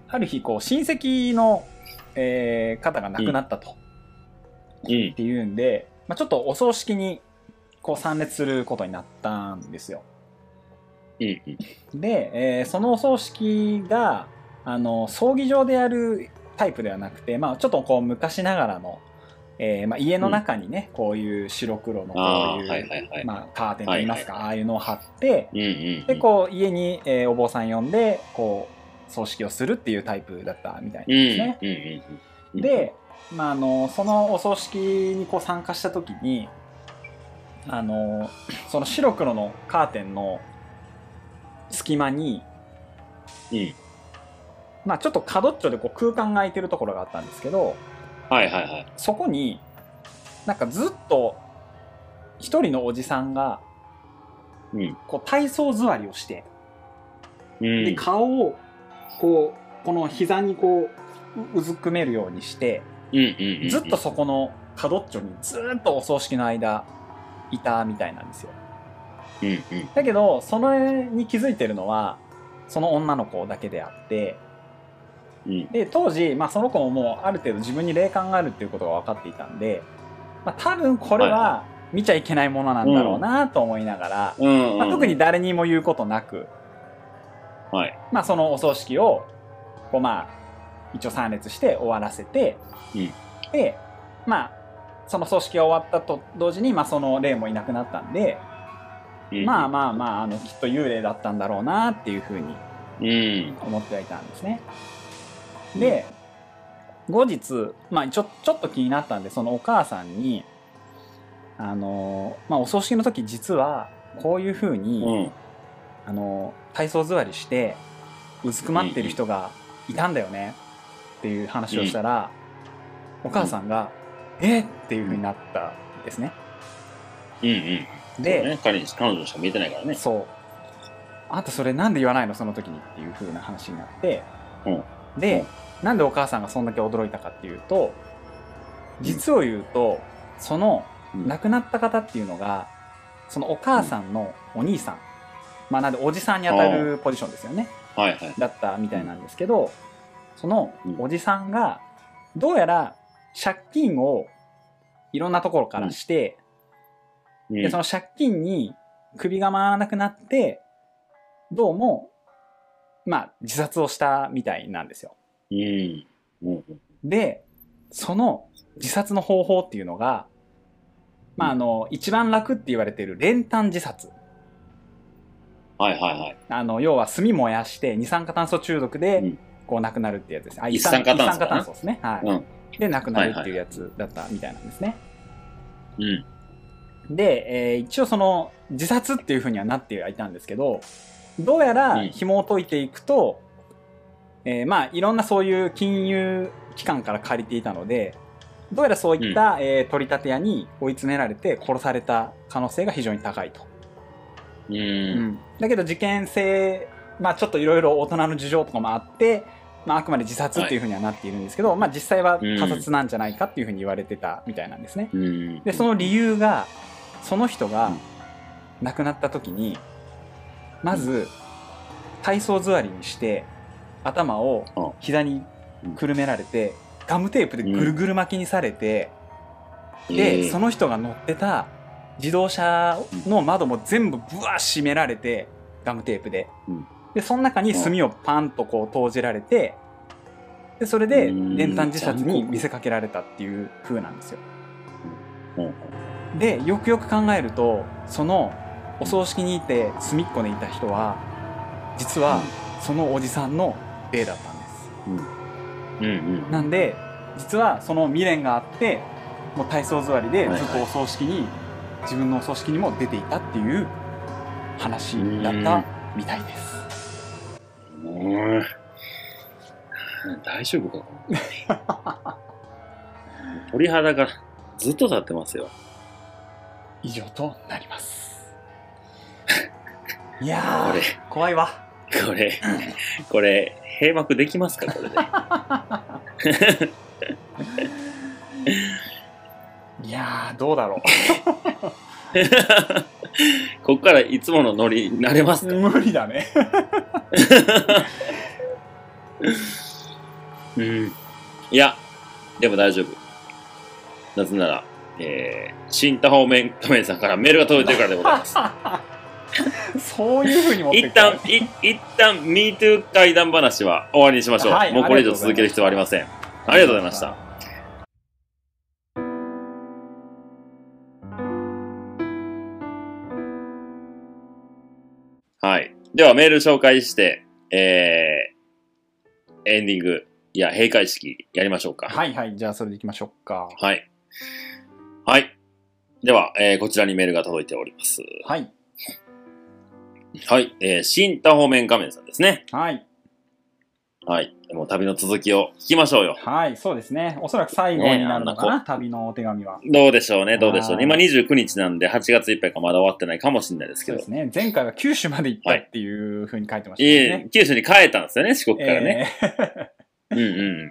ある日こう親戚の、えー、方が亡くなったと、うん、っていうんで、まあ、ちょっとお葬式にこう参列することになったんですよ。 うんうん、 で、えー、そのお葬式があの葬儀場でやるタイプではなくて、まあ、ちょっとこう昔ながらの、えーまあ、家の中にね、うん、こういう白黒のこういう、はいはいはい、まあ、カーテンといいますか、はいはい、ああいうのを貼って、うんうんうん、でこう家に、えー、お坊さん呼んでこう葬式をするっていうタイプだったみたいなんですね。うんうんうんうん、で、まあ、あのそのお葬式にこう参加した時にあのその白黒のカーテンの隙間に、うん、まあちょっと角っちょでこう空間が空いてるところがあったんですけど、 はいはいはい、 そこになんかずっと一人のおじさんが、うん、こう体操座りをして、うん、で顔をこうこの膝にこううずくめるようにして、うんうんうんうん、ずっとそこの角っちょにずっとお葬式の間いたみたいなんですよ。うんうん、だけどそれに気づいてるのはその女の子だけであって、うん、で当時、まあ、その子ももうある程度自分に霊感があるっていうことが分かっていたんで、まあ、多分これは見ちゃいけないものなんだろうなと思いながら、うんまあ、特に誰にも言うことなく、はいまあ、そのお葬式をこう、まあ、一応参列して終わらせて、うん、でまあその葬式が終わったと同時に、まあ、その霊もいなくなったんで、うん、まあまあまあ、あのきっと幽霊だったんだろうなっていうふうに思ってはいたんですね。うん、で後日、まあ、ちょ、ちょっと気になったんでそのお母さんにあの、まあ、お葬式の時実はこういうふうに、うん、あの体操座りしてうずくまってる人がいたんだよねっていう話をしたら、うん、お母さんが「うん、えっ!」っていうふうになったんですね。 うんうんで、ね、彼に彼女しか見えてないからね。 そうあんたそれなんで言わないのその時にっていう風な話になって、うん、で、うん、なんでお母さんがそんだけ驚いたかっていうと実を言うと、うん、その亡くなった方っていうのがそのお母さんのお兄さん、うん、まあなんでおじさんにあたるポジションですよね、はいはい、だったみたいなんですけど、そのおじさんがどうやら借金をいろんなところからして、うん、でその借金に首が回らなくなってどうもまあ自殺をしたみたいなんですよ。うんうん、でその自殺の方法っていうのが、まあ、あの一番楽って言われている練炭自殺、 はいはいはい、 あの要は炭燃やして二酸化炭素中毒でこう亡くなるっていうやつです。あ一酸化炭素、 一酸化炭素ですね、はい、うん、で亡くなるっていうやつだったみたいなんですね。はいはい、うん、で、えー、一応その自殺っていうふうにはなってはいたんですけど、どうやら紐を解いていくと、うん、えー、まあいろんなそういう金融機関から借りていたので、どうやらそういった、うん、えー、取り立て屋に追い詰められて殺された可能性が非常に高いと。うん、うん、だけど事件性、まあちょっといろいろ大人の事情とかもあって、まあ、あくまで自殺っていうふうにはなっているんですけど、はい、まあ実際は他殺なんじゃないかっていうふうに言われてたみたいなんですね。うん、でその理由がその人が亡くなった時にまず体操座りにして頭を膝にくるめられてガムテープでぐるぐる巻きにされて、でその人が乗ってた自動車の窓も全部ブワー閉められてガムテープで、でその中に炭をパンとこう投じられて、でそれで練炭自殺に見せかけられたっていう風なんですよ。でよくよく考えるとそのお葬式にいて隅っこでいた人は実はそのおじさんの霊だったんです、うんうんうん、なんで実はその未練があってもう体操座りでずっとお葬式に、はいはい、自分のお葬式にも出ていたっていう話だったみたいです。 うん、大丈夫か鳥肌がずっと立ってますよ。 以上となります。いやーこれ怖いわ。 これこれ閉幕できますかこれでいやーどうだろうここからいつものノリになれますか。 無理だねうん。いや、でも大丈夫。なぜなら、えー、新多方面仮面さんからメールが届いてるからでございます。 そういうふうに持って一旦、い一旦、MeToo 怪談話は終わりにしましょう。はい、もうこれ以上続ける必要はありません。ありがとうございました。はい。ではメール紹介して、えー、エンディング、いや、閉会式やりましょうか。 はいはい。じゃあそれでいきましょうか。 はい。はい。では、えー、こちらにメールが届いております。 はい。 はい。えー、新多方面仮面さんですね。 はい。 はい。もう旅の続きを聞きましょうよ。 はい。そうですね。おそらく最後になるのかな、ね、旅のお手紙は。 どうでしょうね。どうでしょうね。今にじゅうくにちなんではちがついっぱいかまだ終わってないかもしれないですけど。 そうですね。前回は九州まで行ったっていうふうに書いてましたね。 はい、九州に帰ったんですよね。四国からね。えー、うんうん。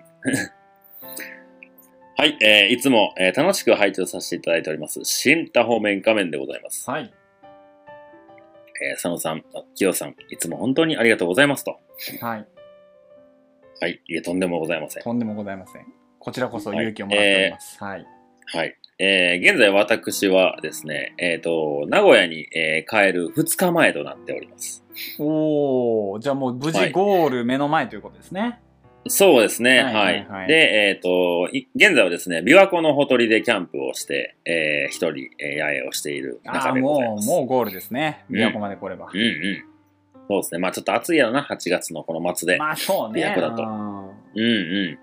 はい。えー、いつも、えー、楽しく拝聴させていただいております。新多方面仮面でございます。 はい。 えー、佐野さん、きよさん、いつも本当にありがとうございますと。 はい。 はい。いえ、とんでもございません。 とんでもございません。こちらこそ勇気をもらっております。はい。 はい。はい、えー、現在私はですね、えっ、ー、と、名古屋に、えー、帰るふつかまえとなっております。 おー、じゃあもう無事ゴール目の前ということですね。はい、 そうですね。はい、はいはい。で、えっ、ー、と、現在はですね、琵琶湖のほとりでキャンプをして、えー、一人、えー、野営をしている中でございます。 もう、もうゴールですね。琵琶湖まで来れば。 うん、うん、うん。そうですね。まあちょっと暑いやろな、はちがつのこの末で。 まあそうね。 琵琶湖だと。うんうん。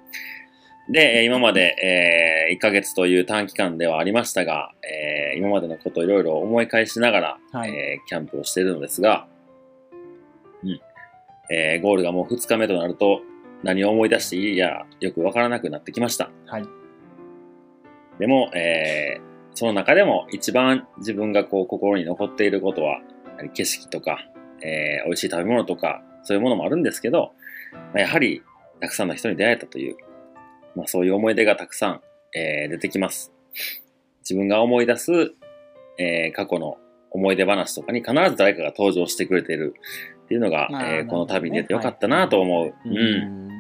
で、今まで、えー、いっかげつという短期間ではありましたが、えー、今までのことをいろいろ思い返しながら、はい、えー、キャンプをしているのですが、うん。えー、ゴールがもうふつかめとなると、何を思い出していいや、よくわからなくなってきました。 はい。 でも、えー、その中でも一番自分がこう心に残っていることは、景色とか、えー、美味しい食べ物とか、そういうものもあるんですけど、まあ、やはり、たくさんの人に出会えたという、まあ、そういう思い出がたくさん、えー、出てきます。自分が思い出す、えー、過去の思い出話とかに必ず誰かが登場してくれているっていうのが、まあえー、この旅に出てよかったなと思う、はい、うん、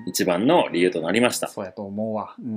一番の理由となりました。 そうやと思うわ。うん。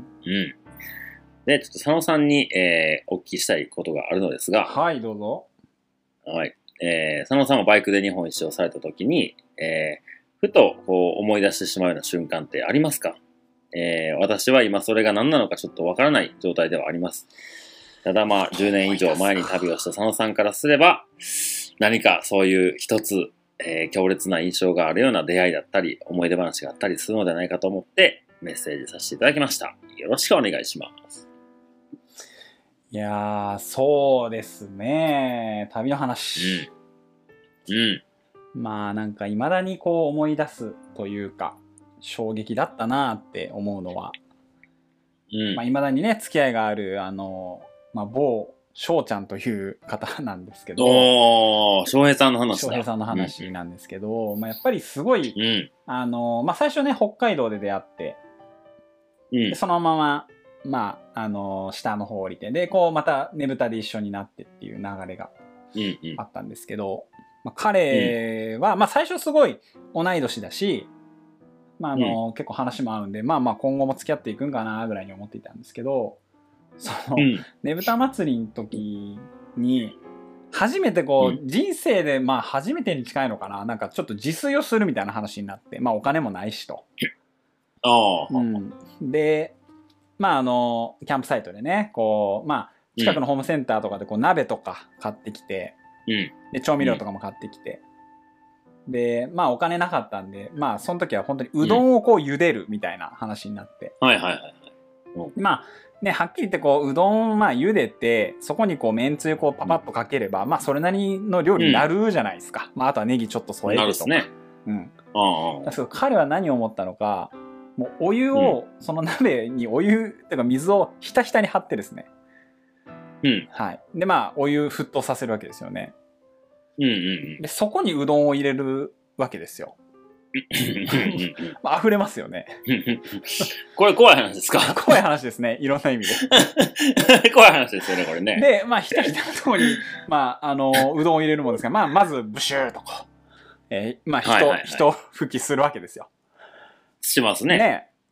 うん。で、ちょっと佐野さんに、えー、お聞きしたいことがあるのですが。 はい、どうぞ。 はい。えー、佐野さんもバイクで日本一周をされたときに、えー、ふとこう思い出してしまうような瞬間ってありますか？えー、私は今それが何なのかちょっとわからない状態ではあります。ただまあじゅうねん以上前に旅をした佐野さんからすれば、何かそういう一つ、えー、強烈な印象があるような出会いだったり、思い出話があったりするのではないかと思ってメッセージさせていただきました。よろしくお願いします。 いやー、そうですね。旅の話。 うん。うん。 まあなんか未だにこう思い出すというか、衝撃だったなって思うのは、うん、まあ未だにね、付き合いがある、あの、まあ某翔ちゃんという方なんですけど、 おー、翔平さんの話だ。 翔平さんの話なんですけど、うん、まあやっぱりすごい、 うん、 あの、まあ最初ね、北海道で出会って、うん、でそのまま、まあ、あの、下の方降りて、で、こう、また、ねぶたで一緒になってっていう流れがあったんですけど、うんうん、まあ、彼は、うん、まあ、最初すごい同い年だし、まあ、あの、うん、結構話も合うんで、まあまあ、今後も付き合っていくんかな、ぐらいに思っていたんですけど、その、ねぶた祭りの時に、初めてこう、うん、人生で、まあ、初めてに近いのかな、なんかちょっと自炊をするみたいな話になって、まあ、お金もないしと。 ああ、 うん。で、まああの、キャンプサイトでね、こう、まあ、近くのホームセンターとかでこう鍋とか買ってきて、 うん、 で、調味料とかも買ってきて、うん、で、まあお金なかったんで、まあその時は本当にうどんをこう茹でるみたいな話になって。 うん、はいはいはい。 うん、まあね、はっきり言ってこう、うどんまあ茹でて、そこにこう、めんつゆこうパパッとかければ、うん、まあそれなりの料理になるじゃないですか。うん、まああとはネギちょっと添えてとか。 なるですね。 うん。 ああ。 だけど彼は何を思ったのか、もうお湯を、うん、その鍋にお湯っていうか水をひたひたに張ってですね。 うん。 はい。で、まあ、お湯沸騰させるわけですよね。 うんうんうん。 で、そこにうどんを入れるわけですよ。まあ、溢れますよね。 これ怖い話ですか？ 怖い話ですね。いろんな意味で。怖い話ですよね、これね。 で、まあ、ひたひたのところに、まあ、あの、うどんを入れるもんですが、まあ、まず、ブシューとこう、えー、まあ、人、はいはいはい、人吹きするわけですよ。 しますね。 ね。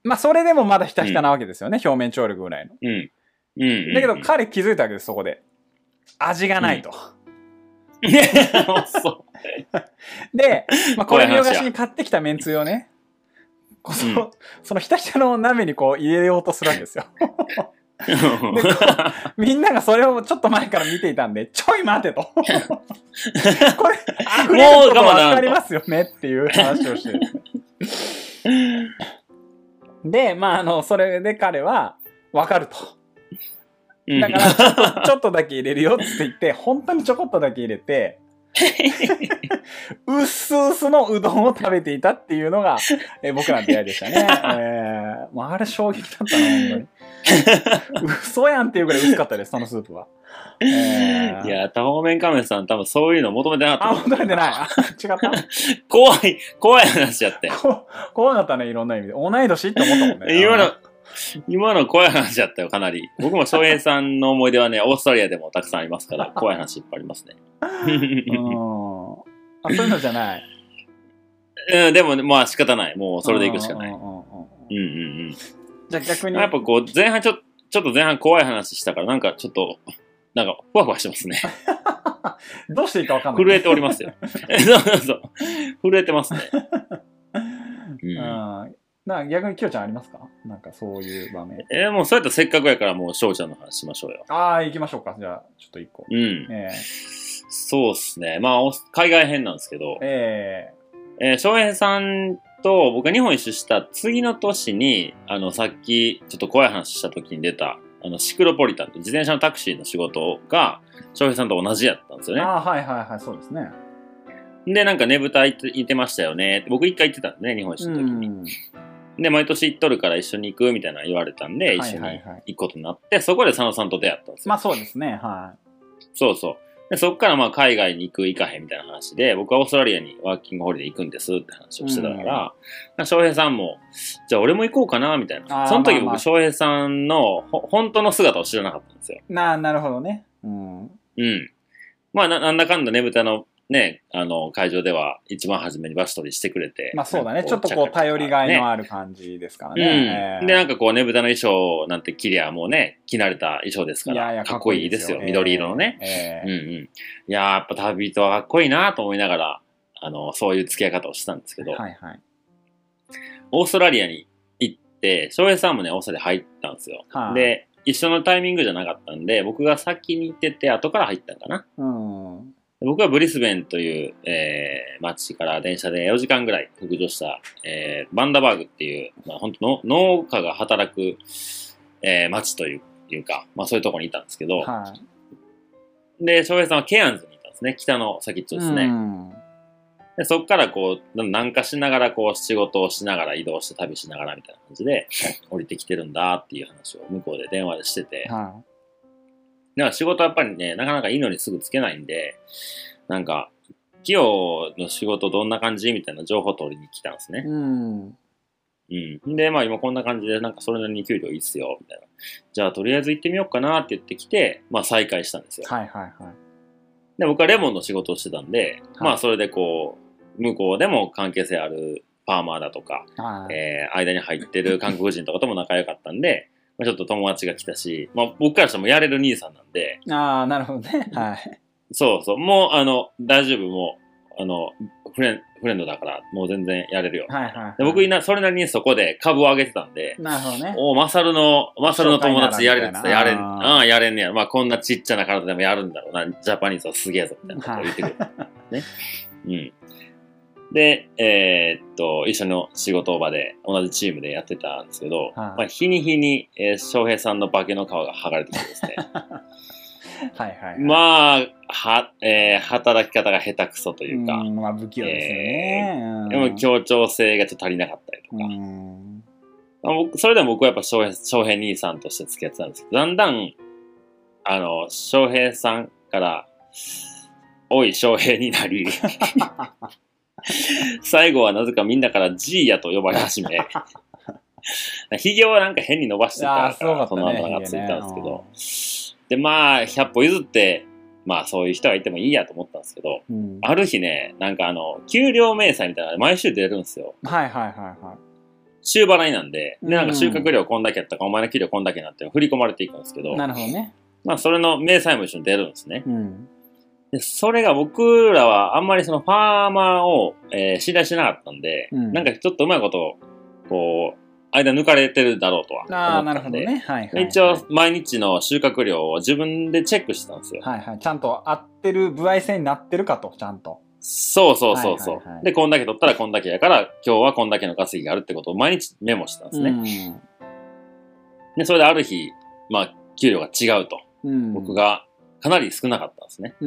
まあそれでもまだひたひたなわけですよね、うん、表面張力ぐらいの。 うん。うんうんうん、 だけど彼気づいたわけです、そこで。味がないと。うん、で、まあ、これ見よがしに買ってきためんつゆをね、その、うん、そのひたひたの鍋にこう入れようとするわけですよ。でみんながそれをちょっと前から見ていたんで、ちょい待てと。これ、溢れること分かりますよねっていう話をしてる。で、まあ、あの、それで彼は分かると。だからちょっと、ちょっとだけ入れるよって言って、本当にちょこっとだけ入れて、うっすうすのうどんを食べていたっていうのが、え僕らの出会いでしたね。えー、もうあれ衝撃だったな、本当に。嘘やんっていうぐらい薄かったです、そのスープは。 えー、いや、多方面仮面さん多分そういうの求めてなかった。 あ、求めてない。あ、違った。 怖い、怖い話やって。 怖かったね、いろんな意味で。同い年って思ったもんね。 今の、今の怖い話だったよ、かなり。僕も翔平さんの思い出はね、オーストラリアでもたくさんありますから、怖い話いっぱいありますね。 うんあ、そういうのじゃない。 うん、でも、まあ仕方ない。もうそれでいくしかない。うんうんうん。 じゃあ逆に。 やっぱこう、前半ちょ、ちょっと前半怖い話したから、なんかちょっと、なんか、ふわふわしてますね。 どうしていいかわかんない。 震えておりますよ。そうそうそう。震えてますね。 うん。なんか逆にきよちゃんありますか？なんかそういう場面。 えー、もうそうやったらせっかくやからもう翔ちゃんの話しましょうよ。 ああ、行きましょうか。じゃあ、ちょっと一個。 うん。えー、そうっすね。まあ、海外編なんですけど。えー、えー、翔平さんと僕が日本一周した次の年に、あの、さっきちょっと怖い話した時に出た、あの、シクロポリタンと自転車のタクシーの仕事が、翔平さんと同じやったんですよね。 ああ、はいはいはい、そうですね。 で、なんかねぶた行ってましたよね。僕一回行ってたんですね、日本一の時に。で、毎年行っとるから一緒に行くみたいな言われたんで、一緒に行くことになって、そこで佐野さんと出会ったんですよ。 まあそうですね、はい。 そうそう。でそこからまあ海外に行く行かへんみたいな話で、僕はオーストラリアにワーキングホリデー行くんですって話をしてたから、うん、翔平さんも、じゃあ俺も行こうかなみたいな。その時僕、翔平さんのほ本当の姿を知らなかったんですよ。 ななるほどね。うん。 うん。まあな、なんだかんだねぶたのね、あの、会場では一番初めにバス取りしてくれて。 まあそうだね。ちょっとこう、頼りがいのある感じですからね。 うん。で、なんかこう、ねぶたの衣装なんて着りゃもうね、着慣れた衣装ですから、いやいやかっこいいですよ。緑色のね。えー、うんうん。いやー、やっぱ旅人はかっこいいなと思いながら、あの、そういう付き合い方をしたんですけど、はいはい。オーストラリアに行って、翔平さんもね、オーストラリア入ったんですよ。はあ、で、一緒のタイミングじゃなかったんで、僕が先に行ってて、後から入ったんかな。うん。僕はブリスベンという、えー、町から電車でよじかんぐらい北上した、えー、バンダバーグっていう、まあ、本当の農家が働く、えー、町といういうか、まあそういうところにいたんですけど、はい、で、翔平さんはケアンズにいたんですね。北の先っちょですね。でそこからこう、南下しながらこう仕事をしながら移動して旅しながらみたいな感じで降りてきてるんだっていう話を向こうで電話でしてて、はいだから仕事はやっぱりね、なかなかいいのにすぐつけないんで、なんか、キヨの仕事どんな感じみたいな情報を取りに来たんですね。うん。うん。で、まあ今こんな感じで、なんかそれなりに給料いいっすよ、みたいな。じゃあとりあえず行ってみようかなって言ってきて、まあ再開したんですよ。はいはいはい。で、僕はレモンの仕事をしてたんで、はい、まあそれでこう、向こうでも関係性あるファーマーだとか、はい、えー、間に入ってる韓国人とかとも仲良かったんで、ちょっと友達が来たし、まあ、僕からしてもやれる兄さんなんで。 ああ、なるほどね。はい。 そうそう。もう、あの、大丈夫、もう、あの、フレン、フレンドだから、もう全然やれるよ。はいはい、はい。で僕な、それなりにそこで株を上げてたんで。 なるほどね。 おマサルの、マサルの友達やれるって言ったら、やれん、ああ、やれんねや。まあ、こんなちっちゃな体でもやるんだろうな。ジャパニーズはすげえぞ、みたいなことを言ってくる。ね。うん。で、えー、っと、一緒の仕事場で、同じチームでやってたんですけど、はい、まあ、日に日に、えー、翔平さんの化けの皮が剥がれてきてですね。はいはい、はい。まあ、は、えー、働き方が下手くそというか。 うん、まあ、不器用ですよね。 えー、でも協調性がちょっと足りなかったりとか。うんまあ、僕それでも僕はやっぱ翔平、翔平兄さんとして付き合ってたんですけど、だんだん、あの、翔平さんから、おい翔平になり、最後はなぜかみんなからジーヤと呼ばれ始め、ヒゲはなんか変に伸ばしてたから、その後がついたんですけど、で、まあ、ひゃっぽ譲って、まあそういう人がいてもいいやと思ったんですけど、うん、ある日ね、なんかあの、給料明細みたいなの毎週出るんですよ。 はいはいはいはい。 週払いなんで、で、なんか収穫量こんだけやったか、お前の給料こんだけなって振り込まれていくんですけど、 なるほどね。 まあ、それの明細も一緒に出るんですね。 うん、 でそれが僕らはあんまりそのファーマーを、えー、信頼しなかったんで、うん、なんかちょっとうまいこと、こう、間抜かれてるだろうとは思ったんで。ああ、なるほどね。はいはいはい、一応、毎日の収穫量を自分でチェックしてたんですよ。 はいはい。ちゃんと合ってる、歩合制になってるかと、ちゃんと。 そうそうそうそう、はいはいはい。で、こんだけ取ったらこんだけやから、今日はこんだけの稼ぎがあるってことを毎日メモしてたんですね。うん、で、それである日、まあ、給料が違うと。うん、僕がかなり少なかったんですね。うん、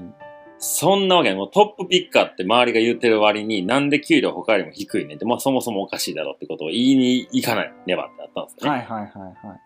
そんなわけで、もうトップピッカーって周りが言ってる割に、なんで給料他よりも低いねんって、まあそもそもおかしいだろうってことを言いに行かないねばってなったんですね。 はいはいはいはい。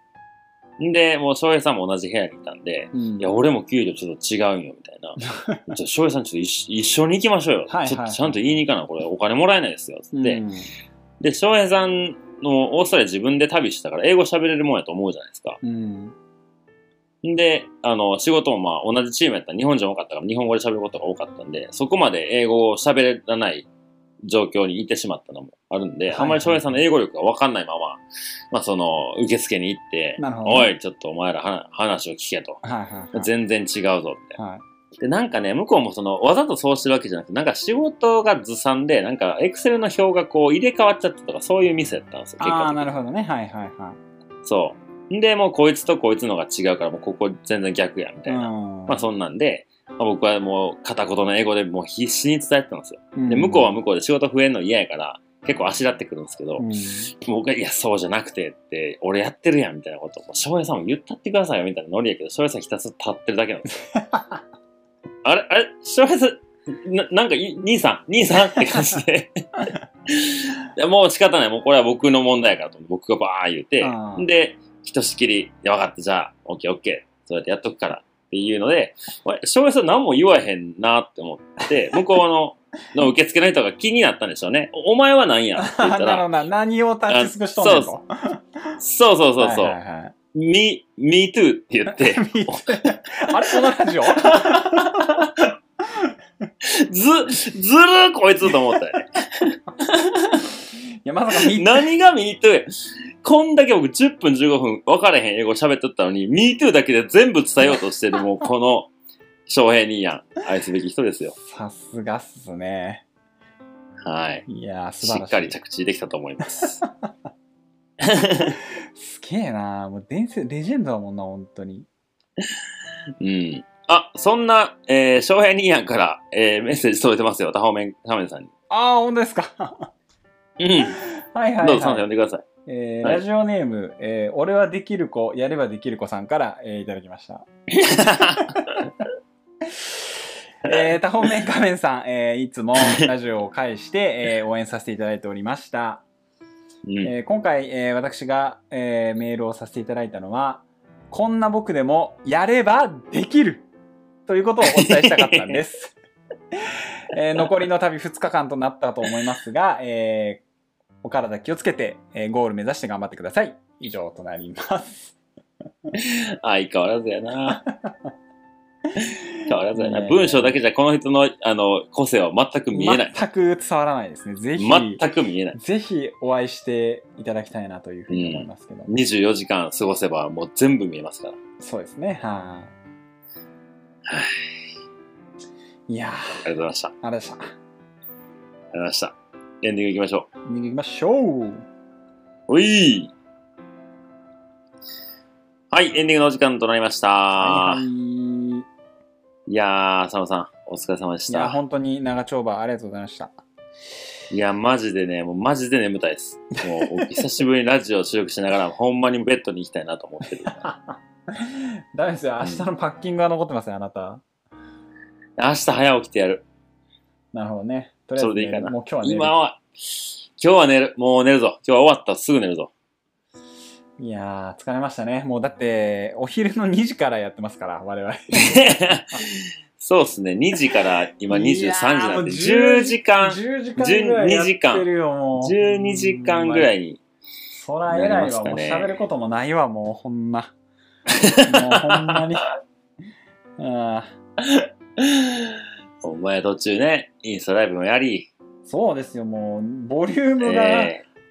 で、もう翔平さんも同じ部屋にいたんで、うん、いや、俺も給料ちょっと違うんよみたいな。ちょ翔平さんちょっと一緒に行きましょうよ。はいはいはい、ちょっとちゃんと言いに行かな、これお金もらえないですよ。つって。うん、で、翔平さんのオーストラリア自分で旅したから英語喋れるもんやと思うじゃないですか。うんで、あの、仕事もまあ同じチームやったら日本人多かったから日本語で喋ることが多かったんで、そこまで英語を喋らない状況にいてしまったのもあるんで、はいはい、あんまり翔平さんの英語力がわかんないまま、まあその、受付に行って、おい、ちょっとお前ら話を聞けと。はいはいはい、全然違うぞって、はい。で、なんかね、向こうもその、わざとそうしてるわけじゃなくて、なんか仕事がずさんで、なんかエクセルの表がこう入れ替わっちゃったとか、そういうミスやったんですよ、結果的に。 ああ、なるほどね。はいはいはい。 そう。で、もうこいつとこいつのが違うから、もうここ全然逆や、みたいな。まあそんなんで、まあ、僕はもう片言の英語でもう必死に伝えてたんですよ。で、向こうは向こうで仕事増えんの嫌やから、結構あしらってくるんですけど、うん、僕が、いや、そうじゃなくてって、俺やってるやん、みたいなことを、翔平さんも言ったってくださいよ、みたいなノリやけど、翔平さんひたすら立ってるだけなんですよ。あれあれ翔平さん、な、なんか、兄さん兄さんって感じで。もう仕方ない。もうこれは僕の問題やからと、僕がバー言うて、で、ひとしきり、分かった、じゃあ、オッケーオッケー、そうやってやっとくから、っていうので、翔平さん何も言わへんなって思って、向こうの、の受付の人が気になったんでしょうね。お前は何やって言ったら。 なるほどな。何をタッチスクしとんねんと。 そうそうそうそう。me, me too って言って。 あれこのラジオず、ずるーこいつと思ったよね。 いや、まさか me too。 何が me too や。こんだけ僕じゅっぷんじゅうごふん分かれへん英語喋っとったのに、me too だけで全部伝えようとしてる、もうこの、翔平兄やん。愛すべき人ですよ。 さすがっすね。 はい。 いやー、素晴らしい。 しっかり着地できたと思います。 すげえなー。もう伝説、レジェンドだもんな、本当に。 うん。あ、そんな、えー、翔平兄やんから、えー、メッセージ届いてますよ。タホメン、タホメンさんに。 あー、本当ですか。 うん。 はいはいはい。 どうぞ、さん読んでください。 えーはい、ラジオネーム、えー、俺はできる子、やればできる子さんから、えー、いただきました。えー、多方面仮面さん、えー、いつもラジオを介して、えー、応援させていただいておりました。うんえー、今回、えー、私が、えー、メールをさせていただいたのは、こんな僕でもやればできるということをお伝えしたかったんです。えー、残りの旅ふつかかんとなったと思いますが、えーお体気をつけて、えー、ゴール目指して頑張ってください。以上となります。 相変わらずやな。変わらずやな。文章だけじゃこの人のあの個性は全く見えない。 全く伝わらないですね。ぜひ。 全く見えない。 ぜひお会いしていただきたいなというふうに思いますけど、 うん。にじゅうよじかん過ごせばもう全部見えますから。 そうですね。はい。いやー。ありがとうございました。ありがとうございました。 ありがとうございました。エンディングいきましょう。 エンディングいきましょう。 おいはい、エンディングのお時間となりました。はい、はい。いやー、佐野さん、お疲れ様でした。 いや、本当に長丁場ありがとうございました。 いや、マジでね、もうマジで眠たいです。もう、久しぶりにラジオを収録しながら、ほんまにベッドに行きたいなと思ってる。 ダメですよ。明日のパッキングが残ってますよ、あなた。 明日早起きてやる。 なるほどね。 とりあえず、ね、それでいいかな。 もう今日は寝る。 今は、今日は寝る。もう寝るぞ。今日は終わったらすぐ寝るぞ。 いやー、疲れましたね。もうだって、お昼のにじからやってますから、我々。 そうっすね。にじから今にじゅうさんじなんで、じゅうじかん、 じゅうじかんぐらいやってるよ、もう。 じゅうにじかんぐらいに。 そら偉いわ、もう喋ることもないわ、もうほんま。もうほんまに。あお前途中ね、インスタライブもやり。 そうですよ、もう、ボリュームが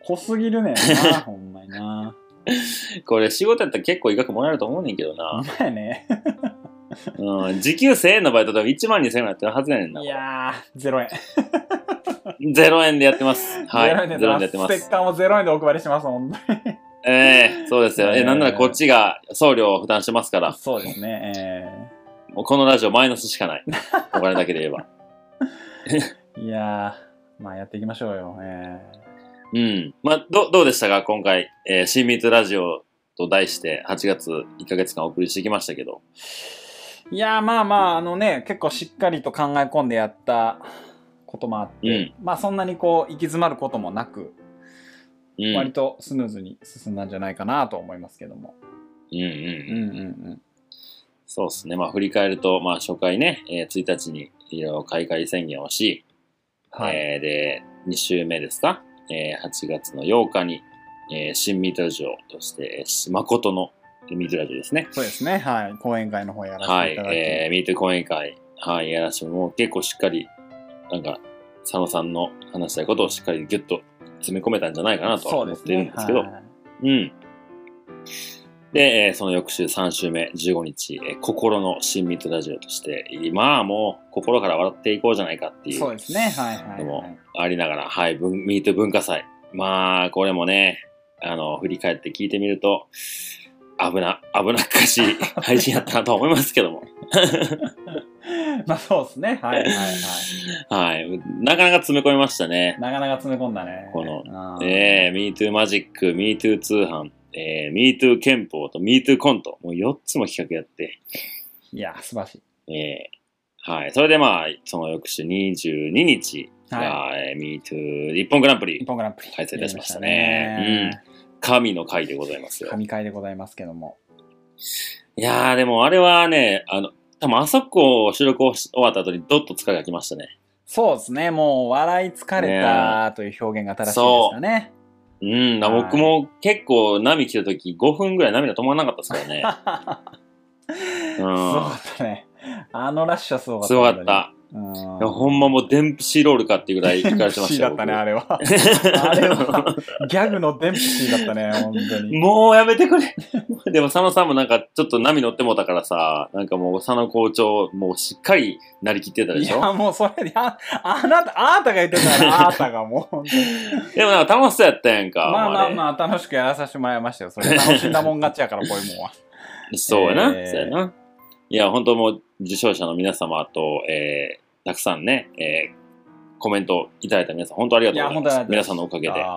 濃すぎるねんな、ほんまにな。 これ仕事やったら結構いい額もらえると思うねんけどな。 ほんまやね。 うん、時給せんえんのバイトでいちまんにせんえんやってるはずやねんな。 いやー、ゼロえん。 ゼロえんでやってます。はい。 ゼロえんでやってます。ステッカーもゼロえんでお配りします、ほんとに。 ええー、そうですよ。えー、なんならこっちが送料を負担してますから。 そうですね。 えー、もうこのラジオマイナスしかない。お金だけで言えば。 いやー、まあやっていきましょうよ。えー、うん。まあ、ど、どうでしたか今回、えー、新ミートラジオと題してはちがついっかげつかんお送りしてきましたけど。 いやー、まあまあ、あのね、結構しっかりと考え込んでやったこともあって、うん、まあそんなにこう、行き詰まることもなく、うん、割とスムーズに進んだんじゃないかなと思いますけども。 うんうんうん。うんうんうん。そうですね。まあ振り返ると、まあ初回ね、えー、ついたちにいろいろ開会宣言をし、はい、えー、で、に週目ですか、えー、はちがつのようかに、えー、新ミートラジオとして、誠のミートラジオですね。 そうですね。はい。講演会の方やらせていただきはい。えー、ミート講演会、はい、やらせてもう結構しっかり、なんか、佐野さんの話したいことをしっかりギュッと詰め込めたんじゃないかなとは思っているんですけど。うね、はい、うん。で、えー、その翌週さん週目、じゅうごにち、えー、心の新ミートラジオとして、まあもう心から笑っていこうじゃないかっていう。 そうですね。はいはい、はい。 のもありながら、はい、ミート文化祭。まあ、これもね、あの、振り返って聞いてみると、危な、危なっかしい配信やったなと思いますけども。 まあそうですね。はいはいはい。はい。なかなか詰め込みましたね。 なかなか詰め込んだね。 この、えー、MeToo マジック、MeToo 通販、えー、MeToo 憲法と MeToo コント。もうよっつも企画やって。 いや、素晴らしい。えー、はい。それでまあ、その翌週にじゅうににちが、はい、MeToo 日本グランプリ。 日本グランプリ。 開催いたしましたね。うん。神の回でございますよ。 神回でございますけども。 いやー、でもあれはね、あの、多分あそこ収録終わった後にドッと疲れがきましたね。 そうですね。もう笑い疲れたという表現が正しいですかね。 う。うん、僕も結構波来た時ごふんぐらい涙止まらなかったですからね。うん、すごかったね。あのラッシュはすごかった。 すごかった。うん、いやほんまもうデンプシーロールかっていうぐらい疲れてましたよ。 デンプシーだったね、あれは。あれは、ギャグのデンプシーだったね、本当に。 もうやめてくれ。でも佐野さんもなんかちょっと波乗ってもうたからさ、なんかもう佐野校長、もうしっかりなりきってたでしょ。 いや、もうそれで、あ、あなた、あなたが言ってたら、あなたがもう本当に。 でもなんか楽しそうやったやんか。 まあまあまあ、楽しくやらさせてもらいましたよ。それ楽しんだもん勝ちやから、こういうもんは。 そうやな、えー、そうやな。いや、本当もう受賞者の皆様と、えー、たくさんね、えー、コメントいただいた皆さん、本当ありがとうございます。いや皆さんのおかげで。うん。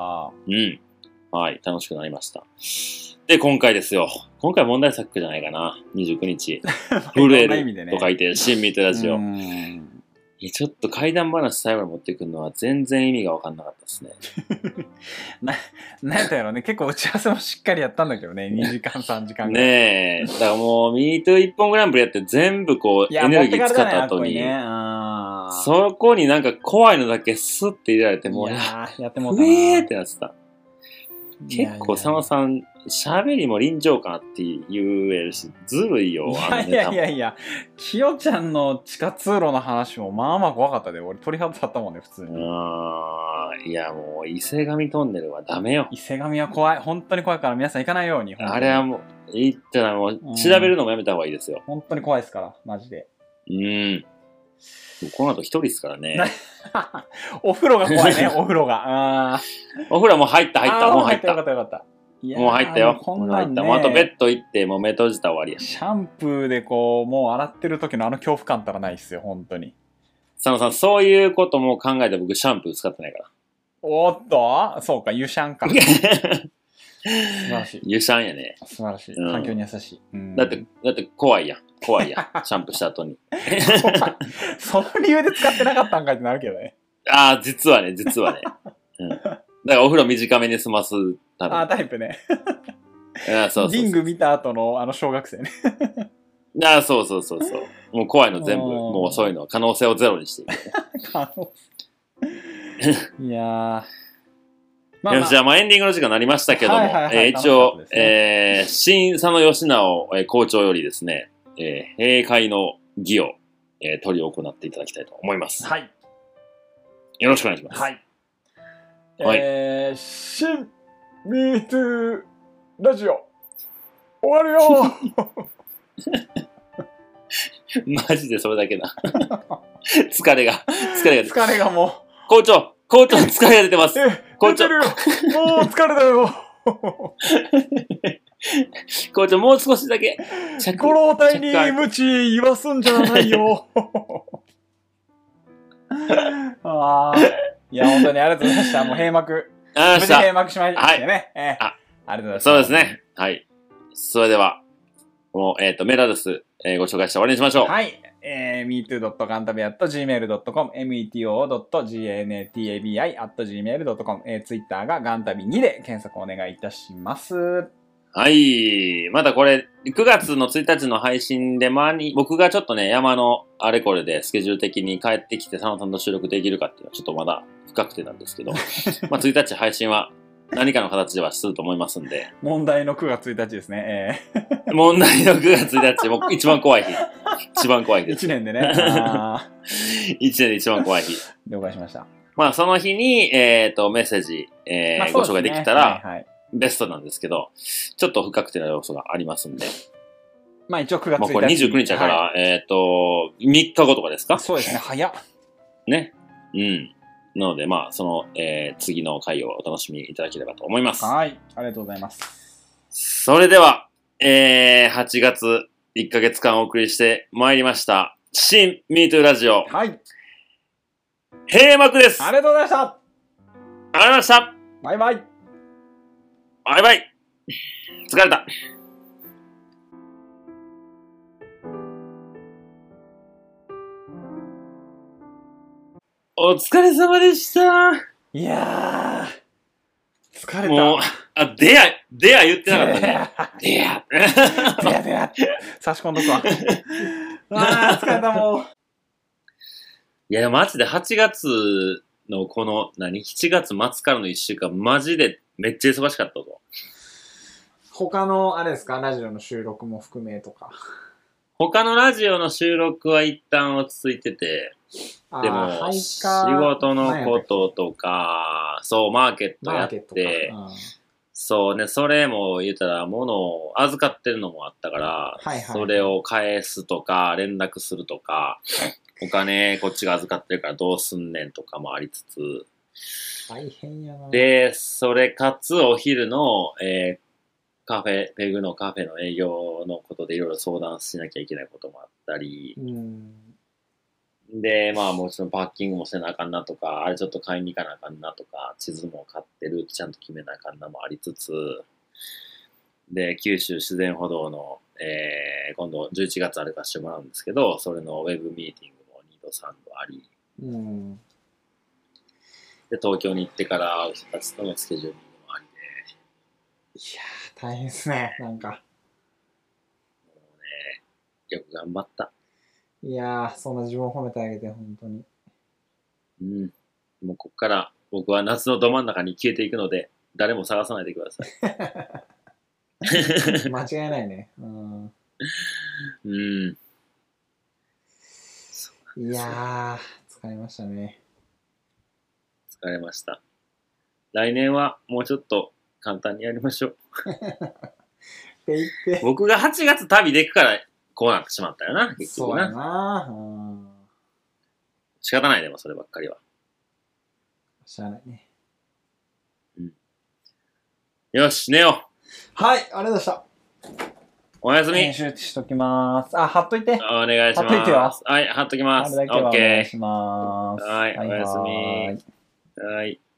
はい、楽しくなりました。で、今回ですよ。今回問題作じゃないかな。にじゅうくにち。震えると書いて、新ミートラジオ。ちょっと怪談話最後に持ってくるのは全然意味が分かんなかったですね。 な、なんやったやろね。結構打ち合わせもしっかりやったんだけどね。にじかん、さんじかんぐらい。ねえ。だからもう、ミート一本グランプリやって全部こう、エネルギー使った後に、ね、そこになんか怖いのだけスッて入れられて、もう、 いややってもうたな。うえーってなってた。結構佐野さん、喋りも臨場感って言えるし、ずるいよ。 いやいやいやいや、きよちゃんの地下通路の話もまあまあ怖かったで、俺鳥肌立ったもんね、普通に。 ああ、いやもう伊勢神トンネルはダメよ。 伊勢神は怖い、本当に怖いから皆さん行かないように。 あれはもう、行ったらもう調べるのもやめた方がいいですよ。 本当に怖いですから、マジで。 うん。この後一人ですからね。 お風呂が怖いね、お風呂が。 お風呂もう入った入った、もう入った。 よかったよかった。 もう入ったよ。こんなんね、もうあとベッド行って、もう目閉じたら終わりや。 シャンプーでこう、もう洗ってる時のあの恐怖感たらないっすよ、本当に。 佐野さん、そういうことも考えて僕シャンプー使ってないから。 おっとそうか、湯シャンか。素晴らしい。 湯シャンやね。 素晴らしい。環境に優しい。 うん、だって、だって怖いやん。怖いやん。シャンプーした後に。 その理由で使ってなかったんかいってなるけどね。 ああ、実はね、実はね。うん。だからお風呂短めに済ますタイプ。ああ、タイプね。 あそうそうそうリング見た後のあの小学生ね。 ああ、そうそうそうそう。もう怖いの全部、もうそういうの、可能性をゼロにしていく、ね。可能性。いやー。まあまあ、じゃあ、まあ、エンディングの時間になりましたけども、はいはいはい、えー、一応、ねえー、新佐野義直、えー、校長よりですね、えー、閉会の儀を、えー、執り行っていただきたいと思います。 はい。 よろしくお願いします。 はい。 はい、えー、新 MeToo ラジオ終わるよマジでそれだけだ。疲れが、疲れが。 疲れがもう。 校長、校長疲れが出てます。校長。 もう疲れだよ。 校長、もう少しだけ。 ご老体に無知言わすんじゃないよ。ああ。いや、本当にありがとうございました。もう閉幕。 あ無事閉幕しましたね。はい。 えー、あ、 ありがとうございます。 そうですね。はい。それでは、もう、えっ、ー、と、メールアドレス、えー、ご紹介して終わりにしましょう。 はい。えー、ミートゥードットガンタビアットジーメールドットコム、メートゥードットガンタビアットジーメールドットコム、えー、ツイッターがガンタビにで検索お願いいたします。 はい。まだこれ、くがつのついたちの配信で、まに、僕がちょっとね、山のあれこれでスケジュール的に帰ってきて、佐野さんと収録できるかっていうのはちょっとまだ不確定なんですけど、まあ、ついたち配信は何かの形ではすると思いますんで。 問題のくがつついたちですね。 えー、問題のくがつついたち、もう一番怖い日。一番怖い日です。 一年でね。 一年で一番怖い日。 了解しました。 まあ、その日に、えっ、ー、と、メッセージ、えーまあね、ご紹介できたら、はいはい、ベストなんですけど、ちょっと不確定な要素がありますんで。 まあ一応くがつついたち。 まあこれにじゅうくにちだから、はい、えっ、ー、と、みっかごとかですか？ そうですね、早っ。 ね。うん。なので、まあ、その、えー、次の回をお楽しみいただければと思います。 はい。ありがとうございます。 それでは、えー、はちがついっかげつかんお送りしてまいりました、新 MeToo ラジオ。 はい。 閉幕です。 ありがとうございました。 ありがとうございました。 バイバイ。 バイバイ。疲れた。お疲れ様でした。 いやー、疲れた。 もう、あ、でや、でや言ってなかったね。でや。 でやでやって差し込んどくわ。あー、疲れたもう。 いや、でもマジではちがつのこの、何 ?しちがつ末からのいっしゅうかん、マジでめっちゃ忙しかったぞ。 他の、あれですか、ラジオの収録も含めとか。 他のラジオの収録は一旦落ち着いてて、でも、仕事のこととか、そう、マーケットやって、そうね、それも言ったら、物を預かってるのもあったから、はいはい、それを返すとか、連絡するとか、お金こっちが預かってるからどうすんねんとかもありつつ、 大変やな。 で、それかつお昼の、えー、カフェ、ペグのカフェの営業のことでいろいろ相談しなきゃいけないこともあったり、うんで、まあもちろんパッキングもせなあかんなとか、あれちょっと買いに行かなあかんなとか、地図も買ってるちゃんと決めなあかんなもありつつ、で、九州自然歩道の、えー、今度じゅういちがつ歩かせてもらうんですけど、それのウェブミーティングもにどさんどあり、うん、で、東京に行ってから人たちとのスケジュールもありで。いやー、大変ですね、なんか。もうね、よく頑張った。 いやー、そんな自分を褒めてあげて、本当に。 うん。もうこっから僕は夏のど真ん中に消えていくので、誰も探さないでください。間違いないね。うん。 うん。 いやー、疲れましたね。 疲れました。来年はもうちょっと簡単にやりましょう。 って言って。 僕がはちがつ旅で行くから、こうなってしまったよな、結局な。 そうやな、うん、 仕方ないでもそればっかりは。 しゃあないね。 うん。よし、寝よう。 はい、ありがとうございました。 おやすみ。 編集しときます。あ、貼っといて。 お願いします。貼っといてよ。はい、貼っときます。 オッケー。お願いします。 はい、おやすみ。はい。